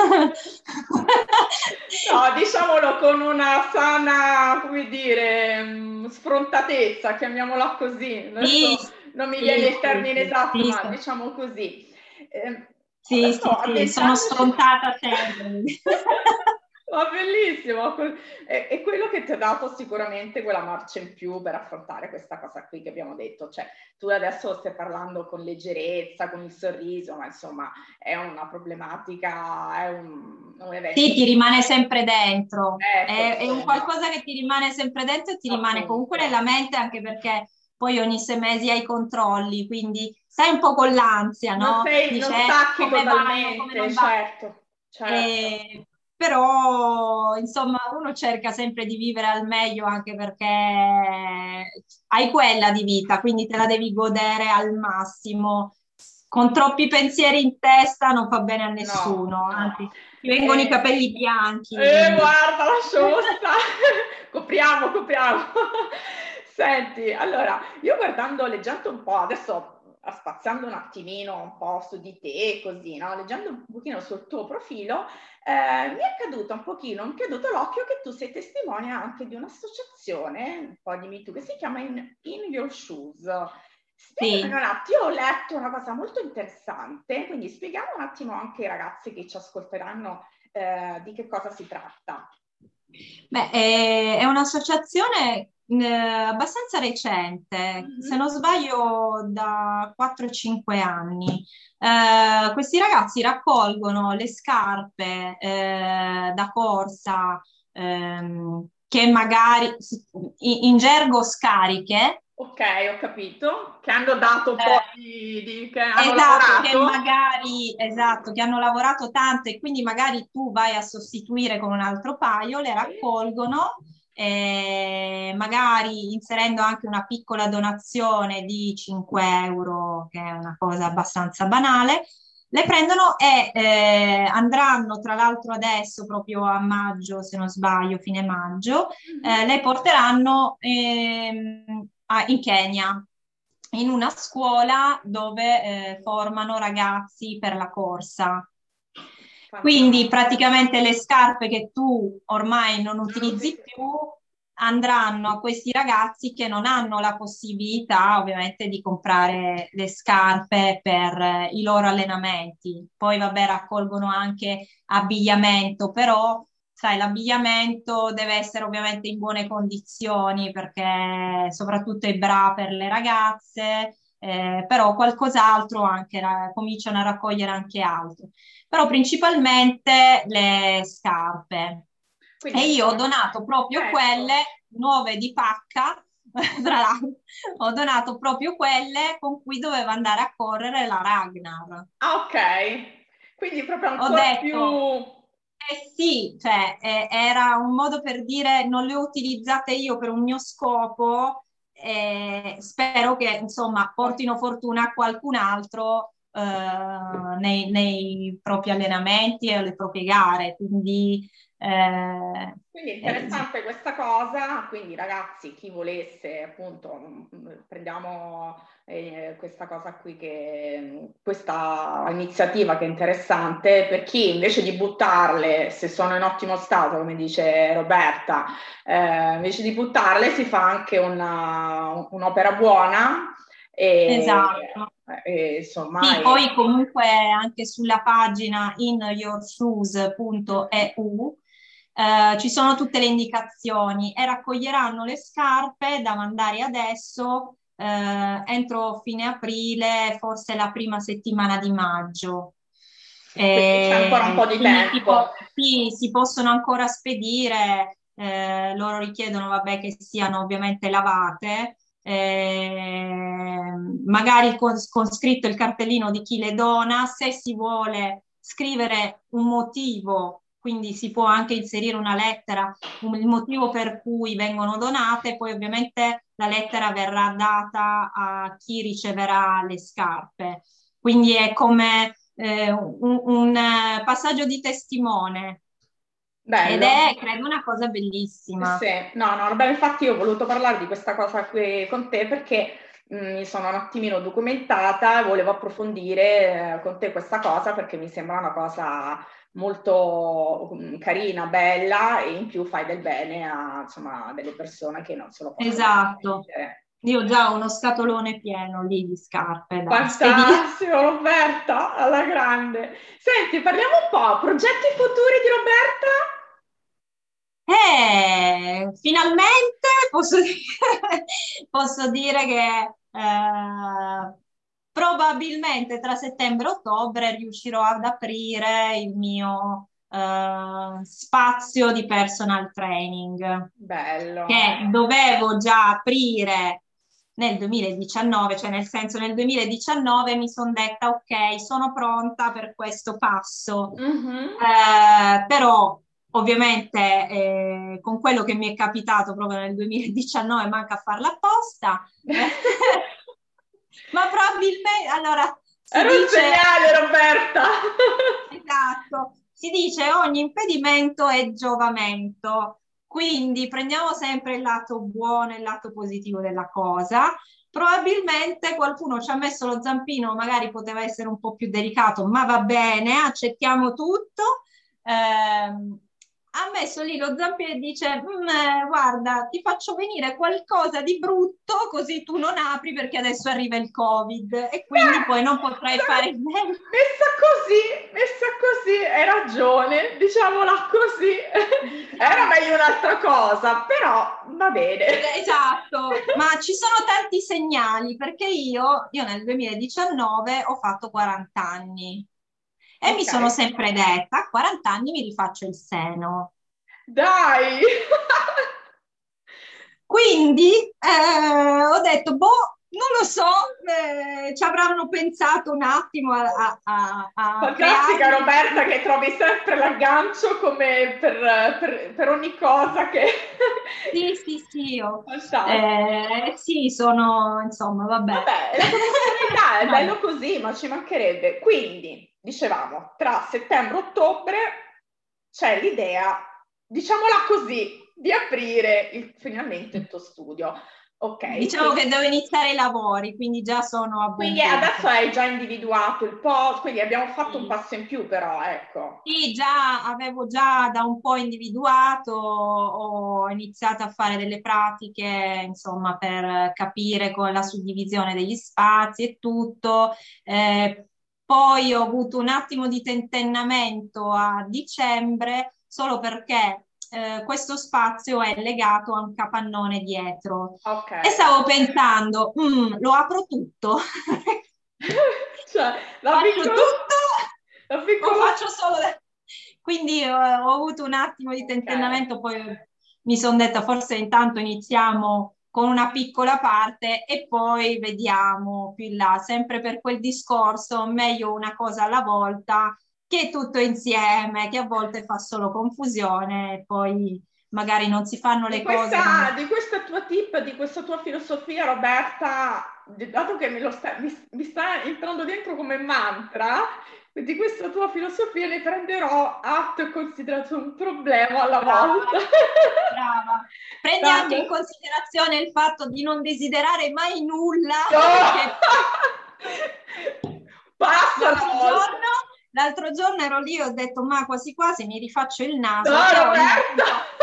No, diciamolo con una sana, come dire, mh, sfrontatezza, chiamiamola così. Sì, Adesso non mi viene sì, il sì, termine sì, esatto, sì, ma so- diciamo così. Eh, sì, adesso sì, sì, sono addentrandoci... sfrontata sempre. Ma bellissimo! È, è quello che ti ha dato sicuramente quella marcia in più per affrontare questa cosa qui che abbiamo detto. Cioè, tu adesso stai parlando con leggerezza, con il sorriso, ma insomma è una problematica, è un, un evento. Sì, ti rimane sempre dentro, Ecco, è, è un insomma, qualcosa che ti rimane sempre dentro e ti rimane comunque appunto. nella mente anche perché poi ogni sei mesi hai i controlli, quindi stai un po' con l'ansia, Non no? sei, non Dice eh, stacchi come vanno, come totalmente, non vanno. certo, certo. E- però insomma uno cerca sempre di vivere al meglio anche perché hai quella di vita, quindi te la devi godere al massimo. Con troppi pensieri in testa non fa bene a No, nessuno, no. anzi ti vengono i Eh, capelli bianchi, eh, quindi guarda, lasciamo stare. Copriamo, copriamo. Senti, allora, io guardando, leggendo un po', adesso spaziando un attimino un po' su di te, così, no? Leggendo un pochino sul tuo profilo, eh, mi è caduto un pochino, mi è caduto l'occhio che tu sei testimone anche di un'associazione, un po' dimmi tu, che si chiama In, In Your Shoes. Spiegami un sì. attimo, io ho letto una cosa molto interessante, quindi spieghiamo un attimo anche ai ragazzi che ci ascolteranno eh, di che cosa si tratta. Beh, è, è un'associazione eh, abbastanza recente, se Mhm. non sbaglio da quattro cinque anni. Eh, questi ragazzi raccolgono le scarpe eh, da corsa ehm, che magari in, in gergo scariche. Ok, ho capito, che hanno dato un po' eh, di, di che hanno Esatto, che lavorato. magari, esatto, che hanno lavorato tanto e quindi magari tu vai a sostituire con un altro paio, le Sì. raccolgono, eh, magari inserendo anche una piccola donazione di cinque euro, che è una cosa abbastanza banale, le prendono e eh, andranno, tra l'altro adesso, proprio a maggio, se non sbaglio, fine maggio, Mhm. eh, le porteranno ehm, a- in Kenya in una scuola dove eh, formano ragazzi per la corsa. Quindi Fantastico. praticamente le scarpe che tu ormai non Non lo utilizzi utilizzo. più andranno a questi ragazzi che non hanno la possibilità ovviamente di comprare le scarpe per eh, i loro allenamenti. Poi vabbè raccolgono anche abbigliamento, però sai, l'abbigliamento deve essere ovviamente in buone condizioni perché soprattutto i bra per le ragazze, eh, però qualcos'altro anche, ra- cominciano a raccogliere anche altro. Però principalmente le scarpe. Quindi E io ho insomma, donato proprio ecco. quelle nuove di pacca, tra l'altro, ho donato proprio quelle con cui doveva andare a correre la Ragnar. Ah, ok. Quindi proprio Ho ancora più... detto, eh sì, cioè, eh, era un modo per dire non le ho utilizzate io per un mio scopo, eh, spero che insomma portino fortuna a qualcun altro eh, nei, nei propri allenamenti e alle proprie gare. Quindi, eh, Quindi è eh, interessante questa cosa, quindi ragazzi, chi volesse appunto, mh, prendiamo eh, questa cosa qui, che, questa iniziativa che è interessante, per chi invece di buttarle, se sono in ottimo stato, come dice Roberta, eh, invece di buttarle si fa anche una- un'opera buona e, esatto. e, insomma... Sì, e- poi comunque anche sulla pagina in your shoes punto e u eh, ci sono tutte le indicazioni e raccoglieranno le scarpe da mandare adesso eh, entro fine aprile, forse la prima settimana di maggio. Quindi c'è ancora un Eh, po' di quindi si, tempo. po- sì, si possono ancora spedire, eh, loro richiedono, vabbè, che siano ovviamente lavate, eh, magari con, con scritto il cartellino di chi le dona, se si vuole scrivere un motivo, quindi si può anche inserire una lettera, un- il motivo per cui vengono donate, poi ovviamente la lettera verrà data a chi riceverà le scarpe. Quindi è come eh, un, un, eh, passaggio di testimone ed Bello. è, credo, una cosa Eh bellissima. sì, no, no, beh, infatti io ho voluto parlare di questa cosa qui con te perché mh, mi sono un attimino documentata e volevo approfondire eh, con te questa cosa perché mi sembra una cosa molto mh, carina, bella e in più fai del bene a, insomma, a delle persone che non se lo possono Esatto. permettere. Io ho già uno scatolone pieno lì di scarpe da spedire. Fantastico, Roberta, alla grande. Senti, parliamo un po', progetti futuri di Roberta? Eh, finalmente posso dire, posso dire che eh, probabilmente tra settembre e ottobre riuscirò ad aprire il mio eh, spazio di personal training Bello. che dovevo già aprire nel duemiladiciannove, cioè nel senso nel duemiladiciannove mi sono detta ok, sono pronta per questo passo. Mhm. Eh, però ovviamente eh, con quello che mi è capitato proprio nel duemiladiciannove manca a farla apposta, ma probabilmente allora si Era un dice segnale, Roberta. esatto, si dice ogni impedimento è giovamento, quindi prendiamo sempre il lato buono e il lato positivo della cosa. Probabilmente qualcuno ci ha messo lo zampino, magari poteva essere un po' più delicato, ma va bene, accettiamo tutto. Ehm, ha messo lì lo zampino e dice: "Mm, eh, guarda, ti faccio venire qualcosa di brutto così tu non apri perché adesso arriva il Covid e quindi poi non potrai Beh, fare niente." messa così, messa così, hai ragione, diciamola così. Era Diciamo, meglio un'altra cosa, però va bene. esatto, ma ci sono tanti segnali perché io, io nel duemiladiciannove ho fatto quaranta anni e mi Ok, sono sempre detta, a quaranta anni mi rifaccio il seno. dai. Quindi eh, ho detto, boh, non lo so, eh, ci avranno pensato un attimo a, a- a- a Fantastica crearmi. Roberta che trovi sempre l'aggancio come per, per- per ogni cosa che... Sì, sì, sì, io, Fantastico. eh, sì, sono, insomma, vabbè. Vabbè, la professionalità è Vabbè. bello così, ma ci mancherebbe. Quindi, dicevamo, tra settembre e ottobre c'è l'idea, diciamola così, di aprire il- finalmente il tuo studio. Ok, Diciamo quindi, che devo iniziare i lavori, quindi già sono a buon quindi adesso punto. hai già individuato il post, quindi abbiamo fatto un Sì. passo in più però, ecco. Sì, già avevo già da un po' individuato, ho iniziato a fare delle pratiche, insomma, per capire con la suddivisione degli spazi e tutto. Eh, poi ho avuto un attimo di tentennamento a dicembre, solo perché eh, questo spazio è legato a un capannone dietro. Ok. E stavo pensando, "Mm, lo apro tutto." Cioè, la Faccio piccola... tutto La o piccola... faccio solo... Quindi eh, ho avuto un attimo di Ok. tentennamento, poi mi sono detta forse intanto iniziamo con una piccola parte e poi vediamo più in là, sempre per quel discorso, meglio una cosa alla volta che tutto insieme, che a volte fa solo confusione e poi magari non si fanno Di le cose come... questa, di questa tua tip, di questa tua filosofia, Roberta, dato che me lo sta, mi, mi sta entrando dentro come mantra, di questa tua filosofia ne prenderò atto e considerato un problema alla volta. Brava, brava. Prendi anche in Guarda. considerazione il fatto di non desiderare mai nulla, perché No! Passa la l'altro volta! giorno, l'altro giorno ero lì e ho detto, ma quasi quasi mi rifaccio il No, naso, però ho il naso un Roberta! po',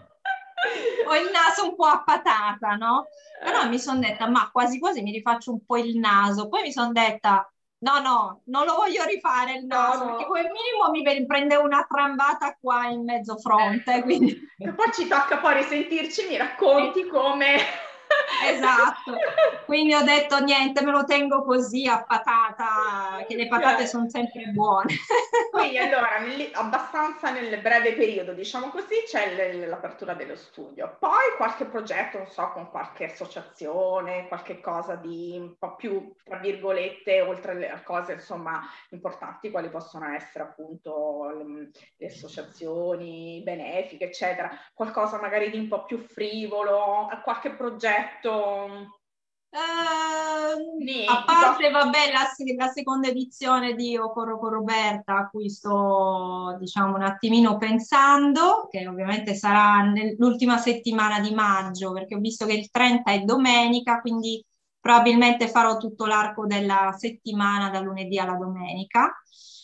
ho il naso un po' a patata, no? Però mi sono detta, ma quasi quasi mi rifaccio un po' il naso. Poi mi sono detta, no, no, non lo voglio rifare il No, naso, perché no. come minimo mi prende una trambata qua in mezzo fronte, Ecco. quindi... Che poi ci tocca poi risentirci, mi racconti come... Esatto, quindi ho detto niente, me lo tengo così a patata, che le patate Cioè, sono sempre buone. quindi allora, nel- abbastanza nel breve periodo, diciamo così, c'è l- l'apertura dello studio. Poi qualche progetto, non so, con qualche associazione, qualche cosa di un po' più, tra virgolette, oltre le cose, insomma, importanti, quali possono essere appunto le, le associazioni benefiche, eccetera. Qualcosa magari di un po' più frivolo, qualche progetto Ehm, a di, di parte, vostro... vabbè, la, se- la seconda edizione di Io corro con Roberta, a cui sto, diciamo, un attimino pensando, che ovviamente sarà nell'ultima settimana di maggio, perché ho visto che il trenta è domenica, quindi probabilmente farò tutto l'arco della settimana, da lunedì alla domenica.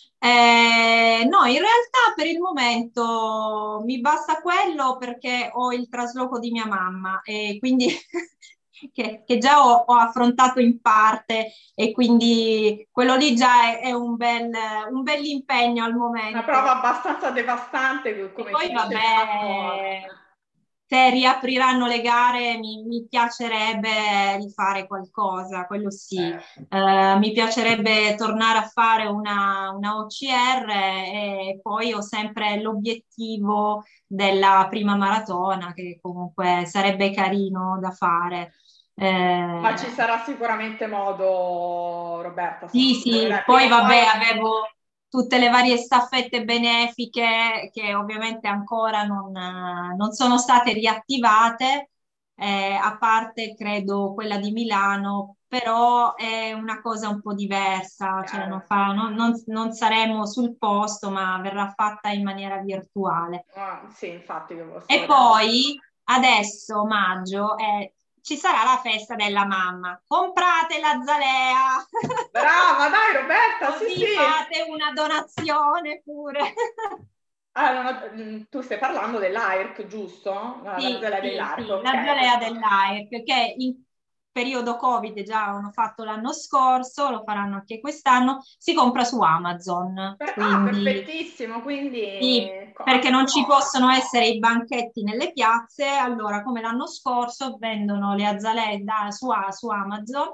Eh, no, in realtà per il momento mi basta quello perché ho il trasloco di mia mamma e quindi che, che già ho, ho affrontato in parte e quindi quello lì già è, è un bel, un bell'impegno al Una prova momento. abbastanza devastante, E come poi ci dicevamo. vabbè, se riapriranno le gare mi, mi piacerebbe rifare qualcosa, quello sì. Eh, Eh, mi piacerebbe tornare a fare una, una O C R e poi ho sempre l'obiettivo della prima maratona, che comunque sarebbe carino da fare. ma ci Eh, sarà sicuramente modo, Roberta, sì, sono sicura. sì, Dai, prima poi o vabbè, poi, avevo tutte le varie staffette benefiche che ovviamente ancora non, eh, non sono state riattivate, eh, a parte credo quella di Milano, però è una cosa un po' diversa, cioè non, chiaro. fa- non- non- non saremo sul posto, ma verrà fatta in maniera virtuale. Ah, sì, infatti, io stavo E vedendo. poi adesso, maggio, eh, ci sarà la festa della mamma. Comprate la zalea! Brava, dai, Roberta, sì, Così sì. fate una donazione pure. Ah, non ho- mm, tu stai parlando dell'A I R C, giusto? La, la Sì, zela sì, dell'A R C, sì, la ok, zalea questo. dell'A I R C, che in periodo Covid già hanno fatto l'anno scorso, lo faranno anche quest'anno, si compra su Amazon, Per- ah, quindi perfettissimo, quindi sì, perché comodo, non ci comodo. possono essere i banchetti nelle piazze, allora come l'anno scorso vendono le azalee da- su, su Amazon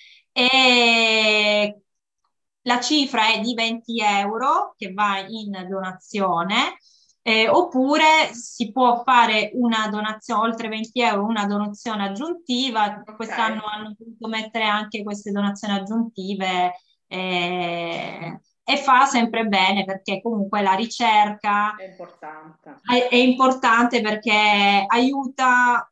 e la cifra è di venti euro che va in donazione, eh, oppure si può fare una donazione, oltre venti euro, una donazione aggiuntiva. Ok, Quest'anno hanno voluto mettere anche queste donazioni aggiuntive. eh, e fa sempre bene perché comunque la ricerca è importante. è, è importante perché aiuta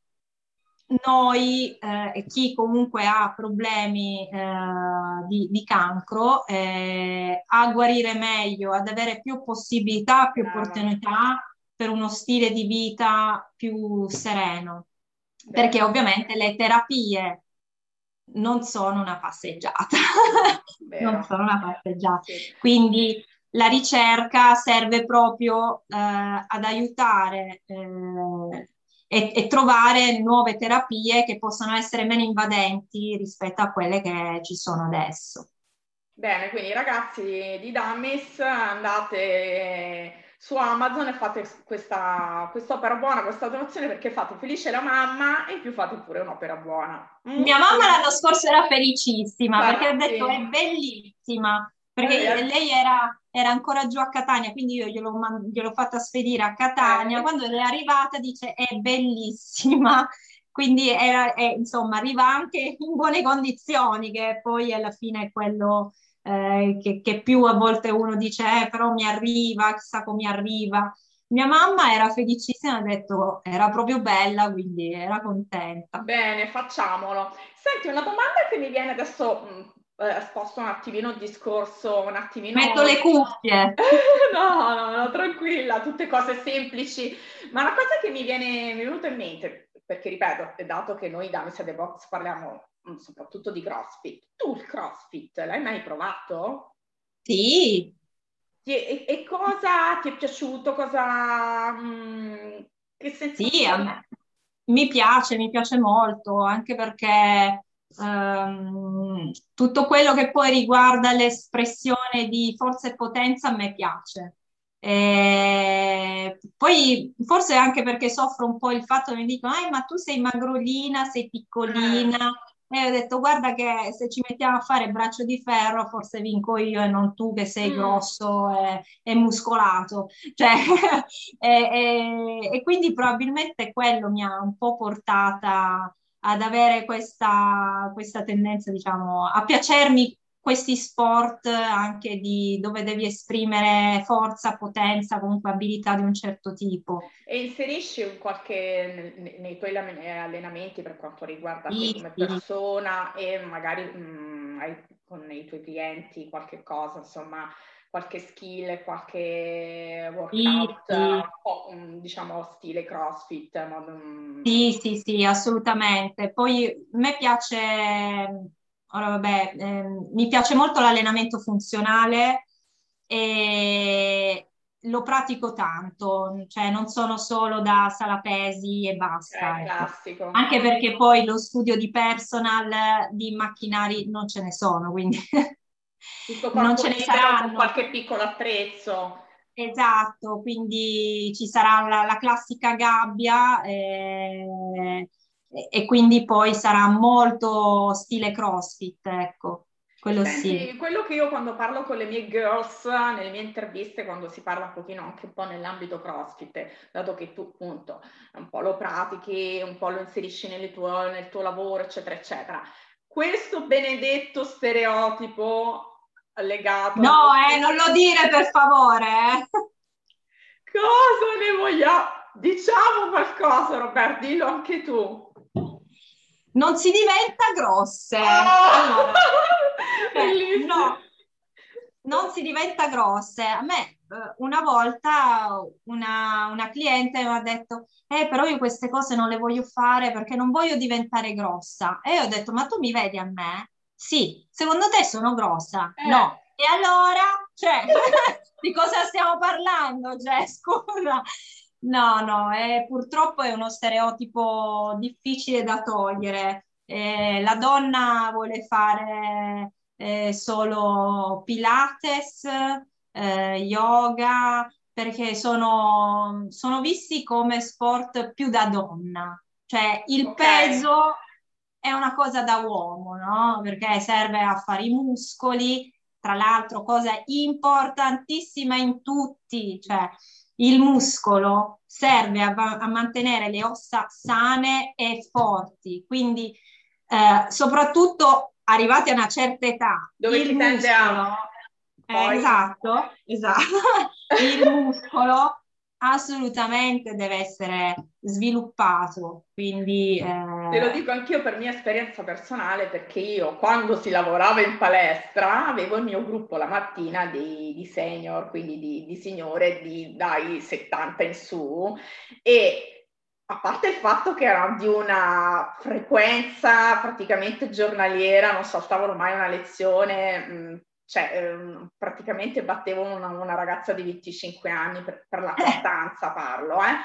noi eh, e chi comunque ha problemi eh, di, di cancro eh, a guarire meglio, ad avere più possibilità, più Brava, opportunità per uno stile di vita più sereno. Perché bene, ovviamente le terapie non sono una passeggiata, no, non vero. sono una passeggiata. Sì. Quindi la ricerca serve proprio eh, ad aiutare eh, e, e trovare nuove terapie che possano essere meno invadenti rispetto a quelle che ci sono adesso. Bene, quindi ragazzi di Dummies, andate su Amazon e fate questa quest'opera buona, questa donazione perché fate felice la mamma e in più fate pure un'opera buona. Mm? Mia mamma l'anno scorso era felicissima perché ha Sarà, detto è sì. bellissima, È perché vero. lei era, era ancora giù a Catania, quindi io gliel'ho man- gliel'ho fatta spedire a Catania. Ok. Quando è arrivata dice è bellissima, quindi era, è, insomma arriva anche in buone condizioni, che poi alla fine è quello eh, che, che più a volte uno dice eh, però mi arriva, chissà come arriva. Mia mamma era felicissima, ha detto era proprio bella, quindi era contenta. Bene, facciamolo. Senti, una domanda che mi viene adesso, mh, eh, sposto un attimino il discorso, un Metto attimino... le cuffie. No, no, no, tranquilla, tutte cose semplici, ma una cosa che mi viene, mi è venuta in mente, perché ripeto, dato che noi da Miss The Box parliamo mh, soprattutto di CrossFit, tu il CrossFit l'hai mai provato? Sì, Ti è- e, e cosa ti è piaciuto? Cosa, mh, che sì, a sensazioni? me mi piace, mi piace molto, anche perché ehm, tutto quello che poi riguarda l'espressione di forza e potenza a me piace. E poi forse anche perché soffro un po' il fatto che mi dicono, eh, ma tu sei magrolina, sei Eh, piccolina. E ho detto, guarda che se ci mettiamo a fare braccio di ferro, forse vinco io e non tu che sei mm. grosso e, e muscolato. Cioè, e, e- e quindi probabilmente quello mi ha un po' portata ad avere questa, questa tendenza, diciamo, a piacermi questi sport anche di, dove devi esprimere forza, potenza, comunque abilità di un certo tipo. E inserisci un qualche nei, nei tuoi lame- allenamenti per quanto riguarda te Sì, come sì, persona e magari mm, hai con i tuoi clienti qualche cosa, insomma, qualche skill, qualche sì, workout, eh, sì. un po', mm, diciamo, stile CrossFit. Ma, mm, Sì, sì, sì, assolutamente. Poi a me piace, ora vabbè, ehm, mi piace molto l'allenamento funzionale e lo pratico tanto, cioè non sono solo da sala pesi e è basta, ecco. classico. Anche perché poi lo studio di personal di macchinari non ce ne sono, quindi Tutto non corpo ce ne libero con saranno. qualche piccolo attrezzo. Esatto, quindi ci sarà la, la classica gabbia eh, e, e quindi poi sarà molto stile CrossFit, ecco, E quello sì. senti, quello che io quando parlo con le mie girls, nelle mie interviste, quando si parla un pochino anche un po' nell'ambito CrossFit, dato che tu appunto un po' lo pratichi, un po' lo inserisci nelle tue- nel tuo lavoro, eccetera, eccetera. Questo benedetto stereotipo legato al No, eh, muscolo, non lo dire per favore. eh. cosa ne vogliamo? Diciamo qualcosa, Roberto, dillo anche tu. Non si diventa grosse. Oh! Allora, cioè, Bellissimo. no, non si diventa grosse. A me eh, una volta una, una cliente mi ha detto, eh, però io queste cose non le voglio fare perché non voglio diventare grossa. E io ho detto, ma tu mi vedi a me? Sì. Secondo te sono grossa? Eh. No. E allora, cioè, di cosa stiamo parlando? Cioè, scusa. No, no, è- purtroppo è uno stereotipo difficile da togliere. Eh, la donna vuole fare eh, solo Pilates, eh, yoga, perché sono, sono visti come sport più da donna. Cioè il Ok. peso è una cosa da uomo, no? Perché serve a fare i muscoli, tra l'altro, cosa importantissima in tutti, cioè il muscolo serve a, a mantenere le ossa sane e forti, quindi eh, soprattutto arrivati a una certa età, Dove il si tende a muscolo, eh, poi esatto, esatto, il muscolo assolutamente deve essere sviluppato, quindi te lo eh, dico anch'io per mia esperienza personale, perché io quando si lavorava in palestra avevo il mio gruppo la mattina di, di senior, quindi di, di signore di, dai settanta in su, e a parte il fatto che erano di una frequenza praticamente giornaliera, non saltavano mai una lezione, mh, cioè ehm, praticamente battevo una, una ragazza di venticinque anni per, per la costanza, parlo, eh.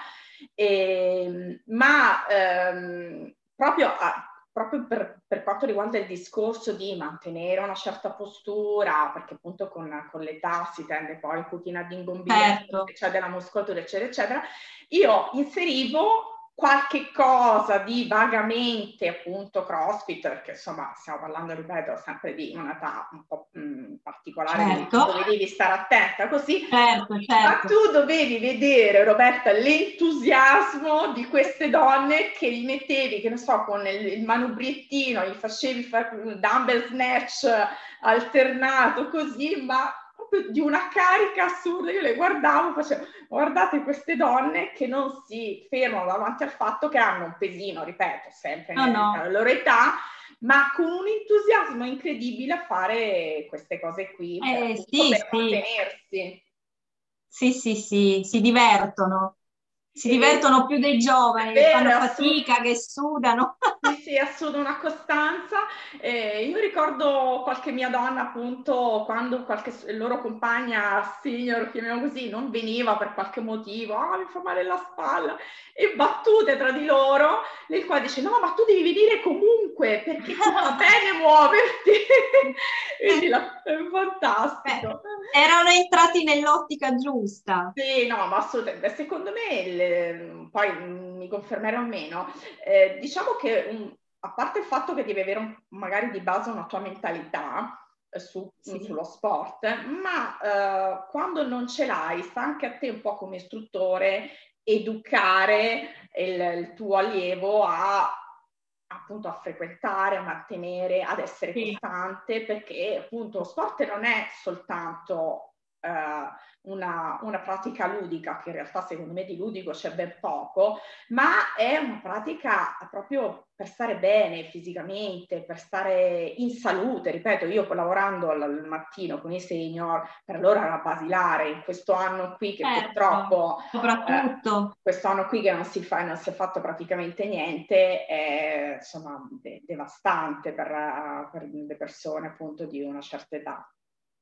E, ma ehm, proprio, a, proprio per, per, quanto riguarda il discorso di mantenere una certa postura, perché appunto con, con l'età si tende poi un pochino ad ingombire, certo. c'è della muscolatura, eccetera, eccetera, io inserivo qualche cosa di vagamente appunto CrossFit, perché insomma stiamo parlando, ripeto, sempre di un'età un po' mh, particolare, devi, Certo, dove devi stare attenta così, certo, ma certo. tu dovevi vedere, Roberta, l'entusiasmo di queste donne che gli mettevi, che ne so, con il, il manubriettino, gli facevi fare un dumbbell snatch alternato così, ma proprio di una carica assurda. Io le guardavo, facevo, guardate queste donne che non si fermano davanti al fatto che hanno un pesino, ripeto, sempre No, nella no. loro età, ma con un entusiasmo incredibile a fare queste cose qui, per, Eh, appunto sì, per sì, mantenersi. sì, sì, sì, si divertono. Si divertono più dei giovani, che fanno fatica, che sudano. Sì, sì, assumono una costanza. Eh, io ricordo qualche mia donna, appunto, quando qualche loro compagna senior, chiamiamo così, non veniva per qualche motivo, ah, mi fa male la spalla, e battute tra di loro, nel quale dice, no, ma tu devi venire comunque, perché ti fa bene muoverti. Quindi la, è fantastico. Beh, erano entrati nell'ottica giusta. Sì, no, ma assolutamente. Secondo me, il, poi mi confermerò o meno, eh, diciamo che un, a parte il fatto che devi avere un, magari di base una tua mentalità eh, su, sì. sullo sport, ma eh, quando non ce l'hai, sta anche a te un po' come istruttore educare il, il tuo allievo a appunto a frequentare, a mantenere, ad essere sì. costante, perché appunto lo sport non è soltanto uh, una, una pratica ludica, che in realtà secondo me di ludico c'è ben poco, ma è una pratica proprio per stare bene fisicamente, per stare in salute. Ripeto, io lavorando al, al mattino con i senior, per loro era basilare in questo anno qui che certo, purtroppo soprattutto eh, questo anno qui che non si fa, non si è fatto praticamente niente, è insomma de- devastante per, per le persone appunto di una certa età.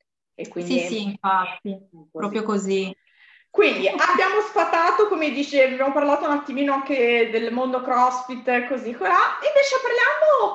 E quindi sì, sì, infatti, così. Proprio così. Quindi abbiamo sfatato, come dicevi, abbiamo parlato un attimino anche del mondo CrossFit, così qua. Invece parliamo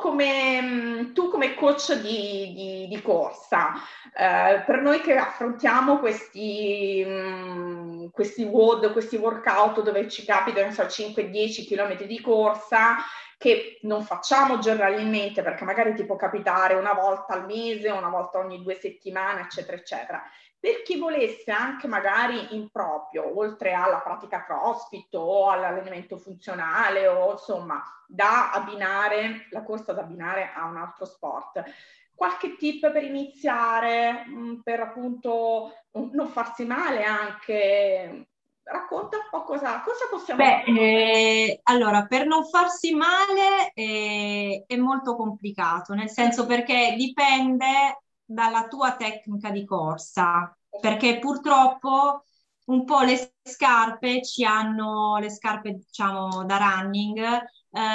come tu come coach di, di, di corsa. Eh, per noi che affrontiamo questi, mh, questi W O D, questi workout dove ci capitano so, cinque dieci chilometri di corsa, che non facciamo giornalmente perché magari ti può capitare una volta al mese, una volta ogni due settimane, eccetera, eccetera. Per chi volesse anche magari in proprio, oltre alla pratica CrossFit o all'allenamento funzionale o insomma da abbinare, la corsa da abbinare a un altro sport, qualche tip per iniziare, per appunto non farsi male anche? Racconta un po' cosa, cosa possiamo Beh, eh, allora, per non farsi male eh, è molto complicato, nel senso perché dipende dalla tua tecnica di corsa, perché purtroppo un po' le scarpe ci hanno, le scarpe diciamo da running, eh,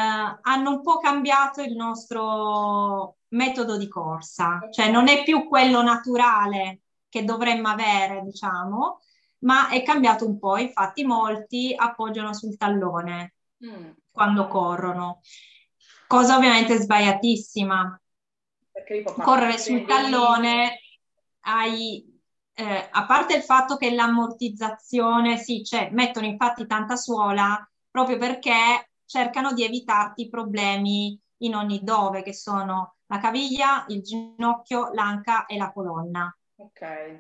hanno un po' cambiato il nostro metodo di corsa, cioè non è più quello naturale che dovremmo avere, diciamo, ma è cambiato un po', infatti molti appoggiano sul tallone mm. quando corrono, cosa ovviamente sbagliatissima. Correre sul tallone hai, eh, a parte il fatto che l'ammortizzazione, sì, cioè, mettono infatti tanta suola proprio perché cercano di evitarti problemi in ogni dove, che sono la caviglia, il ginocchio, l'anca e la colonna. Ok.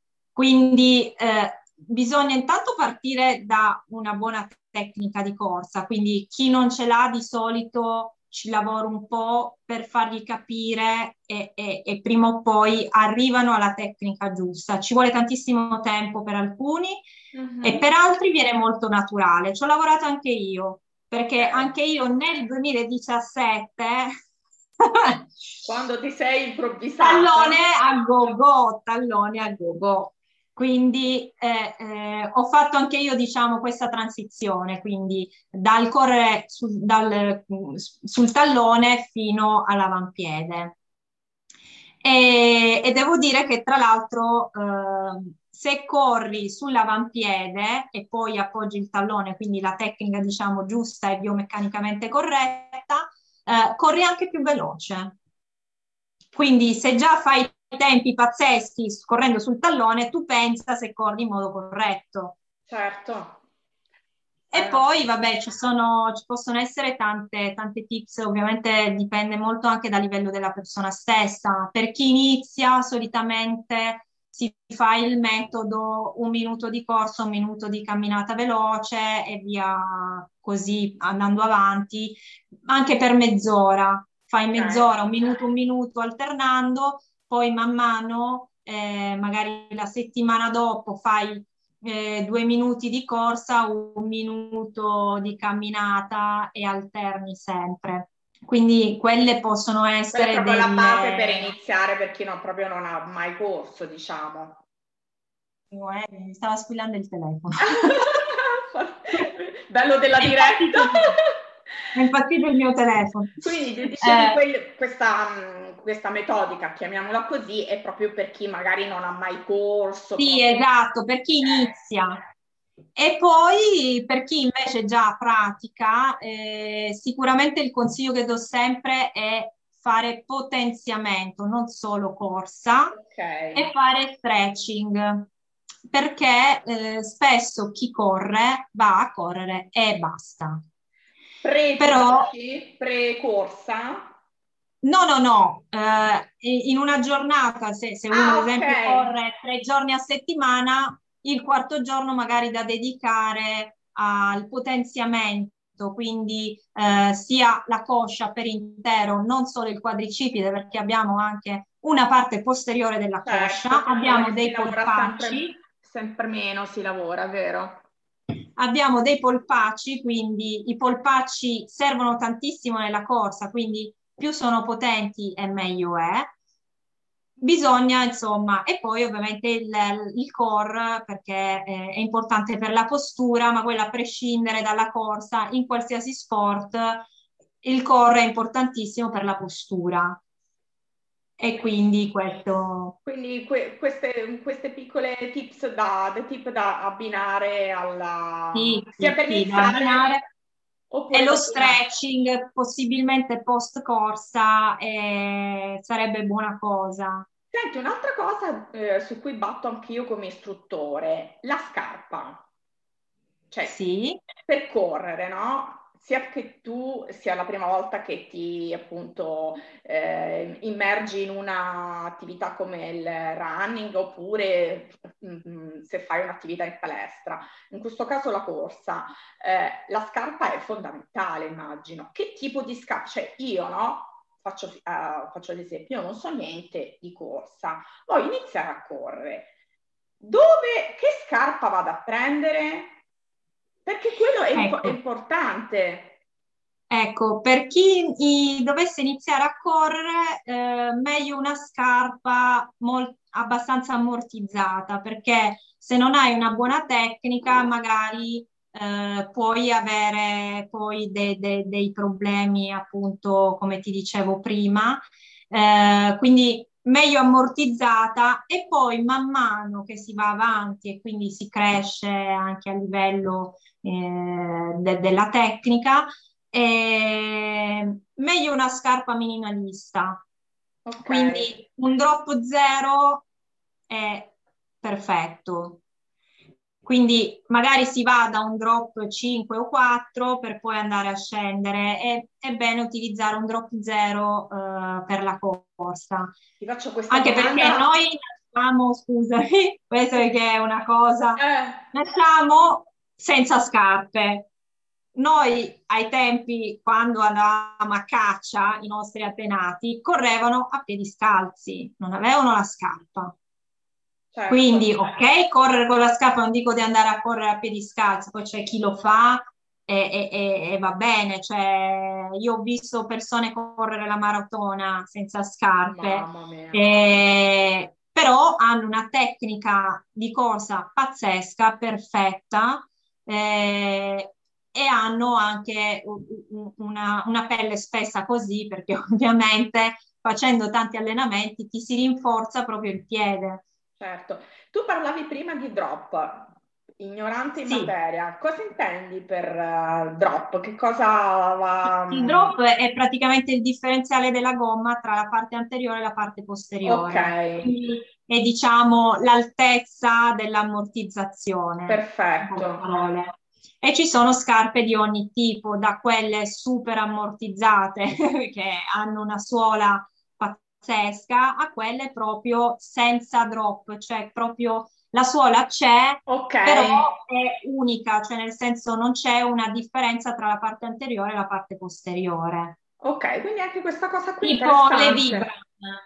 Quindi eh, bisogna intanto partire da una buona tecnica di corsa, quindi chi non ce l'ha di solito ci lavora un po' per fargli capire e, e, e prima o poi arrivano alla tecnica giusta. Ci vuole tantissimo tempo per alcuni uh-huh. e per altri viene molto naturale. Ci ho lavorato anche io, perché okay. anche io nel duemiladiciassette quando ti sei improvvisata tallone a go-go, tallone a go-go. Quindi eh, eh, ho fatto anche io, diciamo, questa transizione, quindi dal correre su, dal, sul tallone fino all'avampiede. E, e devo dire che tra l'altro eh, se corri sull'avampiede e poi appoggi il tallone, quindi la tecnica, diciamo, giusta e biomeccanicamente corretta, eh, corri anche più veloce. Quindi se già fai tempi pazzeschi correndo sul tallone, tu pensa se corri in modo corretto. Certo. E eh. poi, vabbè, ci sono, ci possono essere tante, tante tips, ovviamente dipende molto anche dal livello della persona stessa. Per chi inizia, solitamente si fa il metodo un minuto di corsa, un minuto di camminata veloce e via così andando avanti, anche per mezz'ora. Fai mezz'ora, un minuto, un minuto alternando, poi man mano, eh, magari la settimana dopo fai eh, due minuti di corsa, un minuto di camminata e alterni sempre. Quindi quelle possono essere quella è proprio delle... la base per iniziare per chi non, proprio non ha mai corso, diciamo. Eh, mi stava squillando il telefono. bello della È diretta. impazzito, è impazzito il mio telefono. Quindi dicevi, Eh, quel- questa, mh, questa metodica, chiamiamola così, è proprio per chi magari non ha mai corso, sì, proprio. esatto, per chi inizia. E poi per chi invece già pratica, eh, sicuramente il consiglio che do sempre è fare potenziamento, non solo corsa, Ok. e fare stretching, perché eh, spesso chi corre va a correre e basta. Pre, tu Però dici? Pre-corsa? no, no, no, eh, in una giornata, se, se uno ad Ah, ok. esempio corre tre giorni a settimana, il quarto giorno magari da dedicare al potenziamento, quindi eh, sia la coscia per intero, non solo il quadricipite, perché abbiamo anche una parte posteriore della Certo, coscia, che è quella abbiamo che si dei lavora sempre, polpacci. sempre meno, si lavora, vero? Abbiamo dei polpacci, quindi i polpacci servono tantissimo nella corsa, quindi più sono potenti e meglio è. Bisogna, insomma, e poi ovviamente il, il core perché eh, è importante per la postura, ma quella a prescindere dalla corsa, in qualsiasi sport, il core è importantissimo per la postura. E quindi questo Quindi que- queste, queste piccole tips da, dei tip da abbinare alla, sì, sia sì, per sì, da iniziare abbinare. E oppure lo continuare. stretching, possibilmente post corsa, eh, sarebbe buona cosa. Senti, un'altra cosa eh, su cui batto anch'io come istruttore, la scarpa. Cioè, Sì, per correre, no? Sia che tu sia la prima volta che ti appunto eh, immergi in un'attività come il running oppure mm, se fai un'attività in palestra, in questo caso la corsa, eh, la scarpa è fondamentale, immagino. Che tipo di scarpa? Cioè io, no? Faccio, eh, faccio l'esempio, io non so niente di corsa, voglio iniziare a correre. Dove, che scarpa vado a prendere? Perché quello è, impo- è ecco. importante. Ecco, per chi i- dovesse iniziare a correre, eh, meglio una scarpa mol- abbastanza ammortizzata, perché se non hai una buona tecnica, magari eh, puoi avere poi de- de- dei problemi, appunto, come ti dicevo prima. Eh, quindi meglio ammortizzata e poi man mano che si va avanti e quindi si cresce anche a livello eh, de- della tecnica eh, meglio una scarpa minimalista, Ok, quindi un drop zero è perfetto. Quindi magari si va da un drop cinque o quattro per poi andare a scendere. È, è bene utilizzare un drop zero eh, per la corsa. ti faccio questa Anche perché domanda. noi nasciamo, scusami, questo è che è una cosa, Eh, nasciamo senza scarpe. Noi ai tempi, quando andavamo a caccia, i nostri antenati correvano a piedi scalzi, non avevano la scarpa. certo, Quindi, ok, correre con la scarpa, non dico di andare a correre a piedi scalzi, poi c'è chi lo fa e, e- e- e va bene. Cioè, io ho visto persone correre la maratona senza scarpe, mamma mia. eh, però hanno una tecnica di corsa pazzesca, perfetta, eh, e hanno anche u- u- una, una pelle spessa così, perché ovviamente facendo tanti allenamenti ti si rinforza proprio il piede. Certo. Tu parlavi prima di drop, ignorante in Sì, materia. Cosa intendi per eh, drop? Che cosa va... il mm, drop è praticamente il differenziale della gomma tra la parte anteriore e la parte Ok, posteriore. Quindi è diciamo l'altezza dell'ammortizzazione, in poche perfetto. parole. E ci sono scarpe di ogni tipo, da quelle super ammortizzate che hanno una suola pazzesca a quelle proprio senza drop, cioè proprio la suola c'è, Ok, però è unica, cioè nel senso non c'è una differenza tra la parte anteriore e la parte posteriore. ok, quindi anche questa cosa qui Tipo le interessante. Vibram.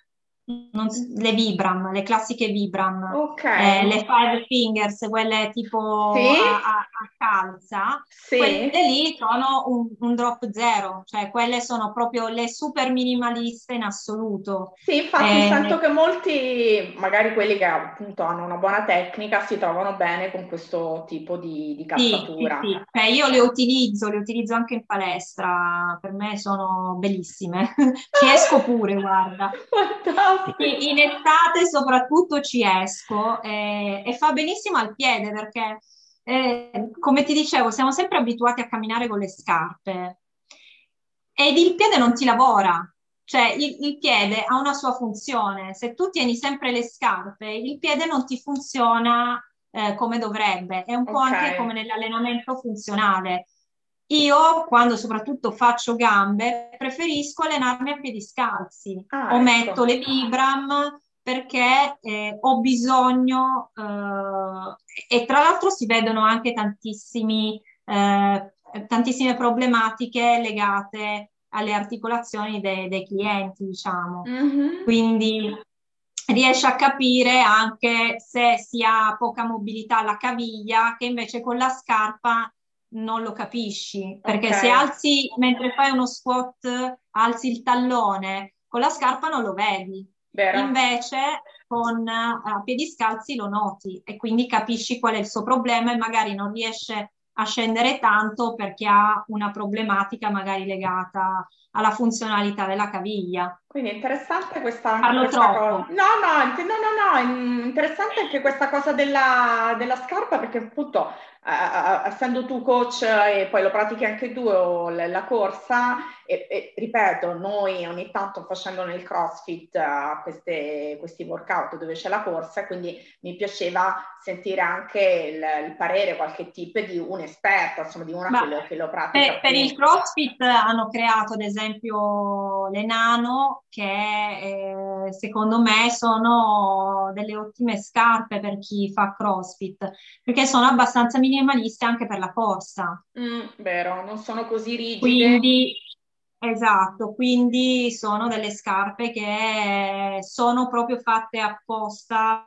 non s- le Vibram, le classiche Vibram, Ok, eh, le Five Fingers, quelle tipo sì, a, a- a calza, quelle sì. lì sono un, un drop zero, cioè quelle sono proprio le super minimaliste in assoluto. Sì, infatti sento Eh, che molti, magari quelli che appunto hanno una buona tecnica, si trovano bene con questo tipo di, di Sì, sì, calzatura. sì. Cioè, io le utilizzo, le utilizzo anche in palestra, per me sono bellissime. Ci esco pure, guarda. Fantastico. I- In estate soprattutto ci esco eh, e fa benissimo al piede perché, eh, come ti dicevo, siamo sempre abituati a camminare con le scarpe ed il piede non ti lavora, cioè il, il piede ha una sua funzione. Se tu tieni sempre le scarpe, il piede non ti funziona eh, come dovrebbe. È un po' Ok. anche come nell'allenamento funzionale. Io, quando soprattutto faccio gambe, preferisco allenarmi a piedi scalzi Ah, o metto ecco. le Vibram perché eh, ho bisogno, eh, e tra l'altro si vedono anche tantissimi, eh, tantissime problematiche legate alle articolazioni dei, dei clienti, diciamo. Mhm. Quindi riesce a capire anche se si ha poca mobilità alla caviglia, che invece con la scarpa non lo capisci, Ok, perché se alzi mentre fai uno squat, alzi il tallone, con la scarpa non lo vedi. vero. Invece con eh, a piedi scalzi lo noti e quindi capisci qual è il suo problema e magari non riesce a scendere tanto perché ha una problematica magari legata alla funzionalità della caviglia. Quindi è interessante questa, anche Parlo questa cosa. troppo. No, no, int- no, no, no, è mm, interessante anche questa cosa della, della scarpa perché appunto, eh, eh, essendo tu coach e poi lo pratichi anche tu l- la corsa, e, e, ripeto, noi ogni tanto facendo nel CrossFit eh, queste- questi workout dove c'è la corsa, quindi mi piaceva sentire anche il, il parere, qualche tip di un'esperta, insomma di una che Ma lo, che lo pratica per, per più. il CrossFit hanno creato ad esempio le Nano che eh, secondo me sono delle ottime scarpe per chi fa CrossFit perché sono abbastanza minimaliste anche per la corsa. Mm, vero, non sono così rigide. Quindi, esatto, quindi sono delle scarpe che sono proprio fatte apposta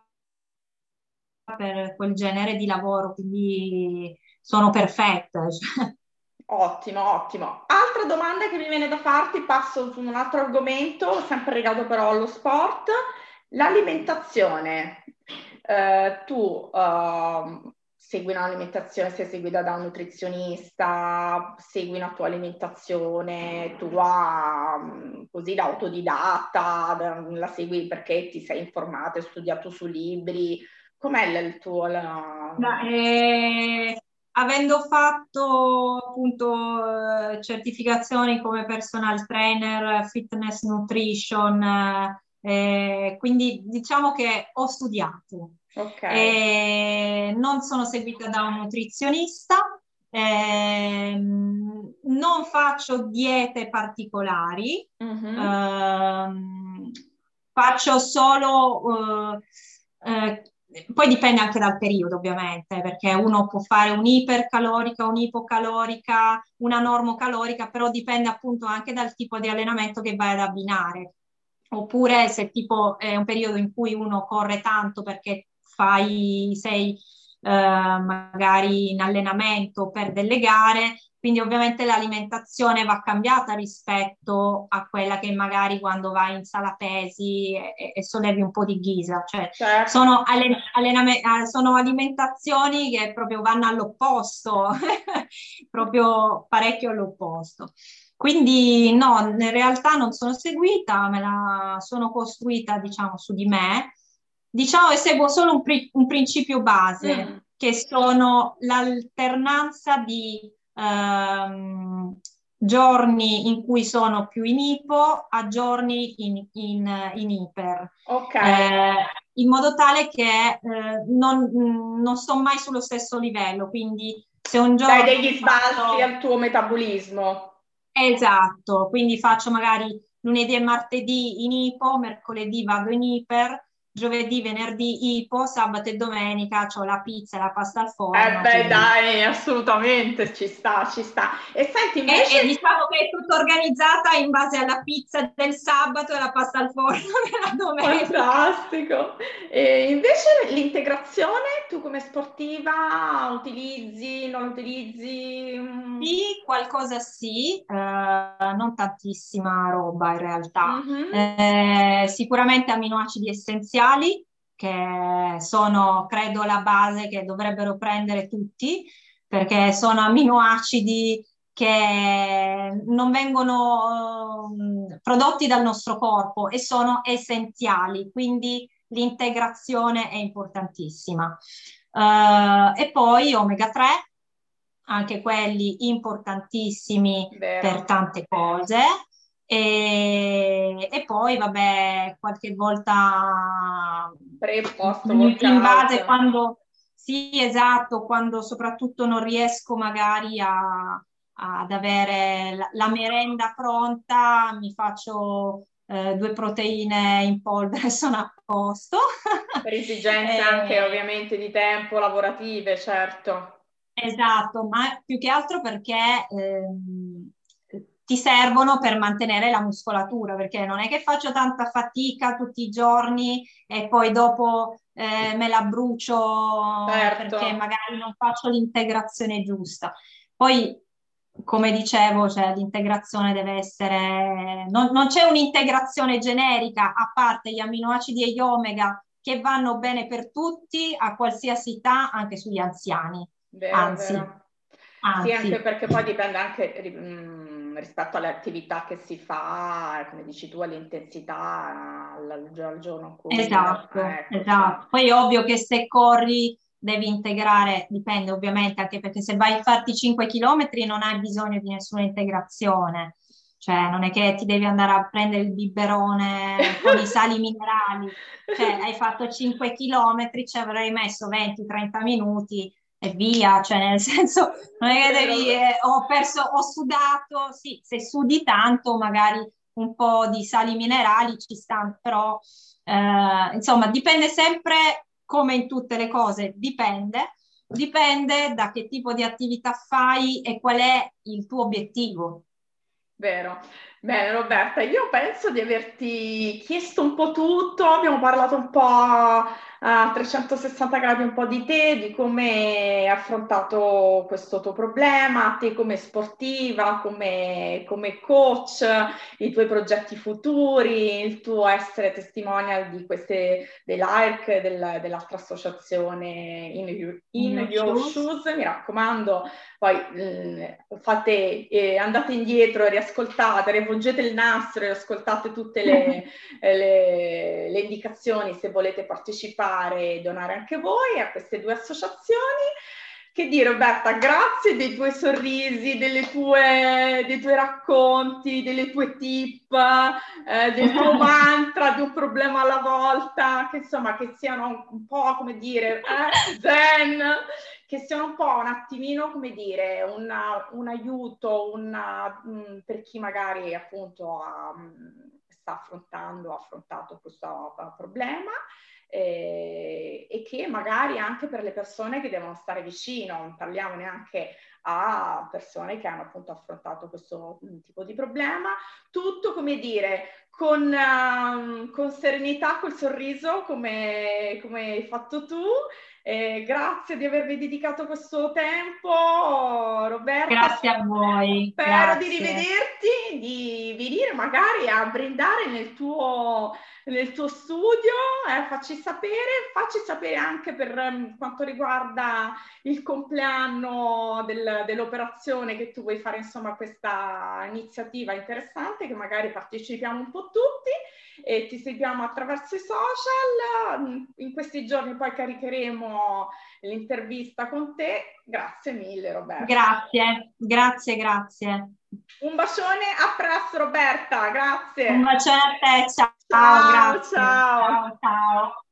per quel genere di lavoro, quindi sono perfette. Cioè. Ottimo, ottimo. Altra domanda che mi viene da farti, passo su un altro argomento, sempre legato però allo sport, l'alimentazione. Eh, tu ehm, segui un'alimentazione, sei seguita da un nutrizionista, segui una tua alimentazione tua mm, così da autodidatta, da- la segui perché ti sei informato, hai studiato su libri. Com'è il il tuo... la- Ma, eh, avendo fatto appunto eh, certificazioni come personal trainer, fitness nutrition, eh, eh, quindi diciamo che ho studiato. Ok. Eh, non sono seguita da un nutrizionista, ehm, non faccio diete particolari, Mhm. ehm, faccio solo eh, eh, poi dipende anche dal periodo, ovviamente, perché uno può fare un'ipercalorica, un'ipocalorica, una normocalorica, però dipende appunto anche dal tipo di allenamento che vai ad abbinare. Oppure se tipo è un periodo in cui uno corre tanto perché fai, sei eh, magari in allenamento per delle gare, quindi ovviamente l'alimentazione va cambiata rispetto a quella che magari quando vai in sala pesi e, e sollevi un po' di ghisa, cioè Certo. sono, allen- allename- eh, sono alimentazioni che proprio vanno all'opposto, proprio parecchio all'opposto. Quindi no, in realtà non sono seguita, me la sono costruita, diciamo, su di me. Diciamo e seguo solo un, pri- un principio base, Mm, che sono l'alternanza di ehm, giorni in cui sono più in ipo a giorni in, in- in iper, ok, eh, in modo tale che eh, non, non sto mai sullo stesso livello. Quindi se un dai giorno degli sbalzi faccio al tuo metabolismo. esatto, quindi faccio magari lunedì e martedì in ipo, mercoledì vado in iper, giovedì, venerdì ipo, sabato e domenica c'ho la pizza e la pasta al Eh forno. beh, Quindi... dai, assolutamente ci sta, ci sta. E senti, E, invece, e diciamo che è tutta organizzata in base alla pizza del sabato e alla pasta al forno della domenica. fantastico. E invece l'integrazione, tu come sportiva utilizzi, non utilizzi? Mm. Sì, qualcosa sì, eh, non tantissima roba in realtà. Mhm. Eh, sicuramente amminoacidi essenziali, che sono, credo, la base che dovrebbero prendere tutti, perché sono amminoacidi che non vengono eh, prodotti dal nostro corpo e sono essenziali, quindi l'integrazione è importantissima. Eh, e poi omega tre, anche quelli importantissimi per Vero. tante cose. E, e poi, vabbè, qualche volta Pre e post in, in base workout. quando sì, esatto, quando soprattutto non riesco magari a- ad avere la, la merenda pronta, mi faccio eh, due proteine in polvere e sono a posto. Per esigenze anche Eh, ovviamente di tempo lavorative, certo. Esatto, ma più che altro perché ehm, ti servono per mantenere la muscolatura, perché non è che faccio tanta fatica tutti i giorni e poi dopo eh, me la brucio Certo, perché magari non faccio l'integrazione giusta. Poi, come dicevo, cioè, l'integrazione deve essere... Non, non c'è un'integrazione generica, a parte gli amminoacidi e gli omega, che vanno bene per tutti, a qualsiasi età, anche sugli anziani. vero, Anzi, vero. Sì, anche anzi, perché poi dipende anche ri- mh, rispetto alle attività che si fa, come dici tu, all'intensità, al, al giorno in cui, la- esatto, ecco, cioè, esatto. Poi è ovvio che se corri devi integrare, dipende ovviamente anche perché se vai a farti cinque chilometri non hai bisogno di nessuna integrazione, cioè non è che ti devi andare a prendere il biberone con i sali minerali, cioè hai fatto cinque chilometri, ci avrai messo venti trenta minuti e via, cioè nel senso non è che devi, vero. eh, ho perso, ho sudato, sì, se sudi tanto magari un po' di sali minerali ci stanno, però eh, insomma dipende sempre come in tutte le cose, dipende, dipende da che tipo di attività fai e qual è il tuo obiettivo. Vero. Bene, Roberta, io penso di averti chiesto un po' tutto, abbiamo parlato un po' a trecentosessanta gradi, un po' di te, di come hai affrontato questo tuo problema, te come sportiva, come, come coach, i tuoi progetti futuri, il tuo essere testimonial di queste, dell'A I R C, del- dell'altra associazione In Your, In In your Your shoes. Shoes, mi raccomando. Poi eh, fate, eh, andate indietro, riascoltate, rivolgete il nastro, riascoltate tutte le, eh, le, le indicazioni se volete partecipare e donare anche voi a queste due associazioni. Che dire, Roberta, grazie dei tuoi sorrisi, delle tue, dei tuoi racconti, delle tue tip, eh, del tuo mantra di un problema alla volta, che insomma che siano un po' come dire, eh, zen, che siano un po' un attimino come dire, una, un aiuto una, mh, per chi magari appunto ha, mh, sta affrontando, ha affrontato questo uh, problema. Eh, e che magari anche per le persone che devono stare vicino, non parliamo neanche a persone che hanno appunto affrontato questo tipo di problema, tutto come dire con, um, con serenità, col sorriso come, come hai fatto tu. Eh, grazie di avermi dedicato questo tempo, Roberta. Grazie a voi, Spero di grazie. rivederti, di venire magari a brindare nel tuo, nel tuo studio, eh, facci sapere, facci sapere anche per um, quanto riguarda il compleanno del, dell'operazione che tu vuoi fare, insomma, questa iniziativa interessante che magari partecipiamo un po' tutti e ti seguiamo attraverso i social. In questi giorni poi caricheremo l'intervista con te. Grazie mille, Roberta. Grazie, grazie, grazie. Un bacione, a presto Roberta, Un grazie. bacione a te, ciao, Ciao, grazie. ciao. Ciao, ciao.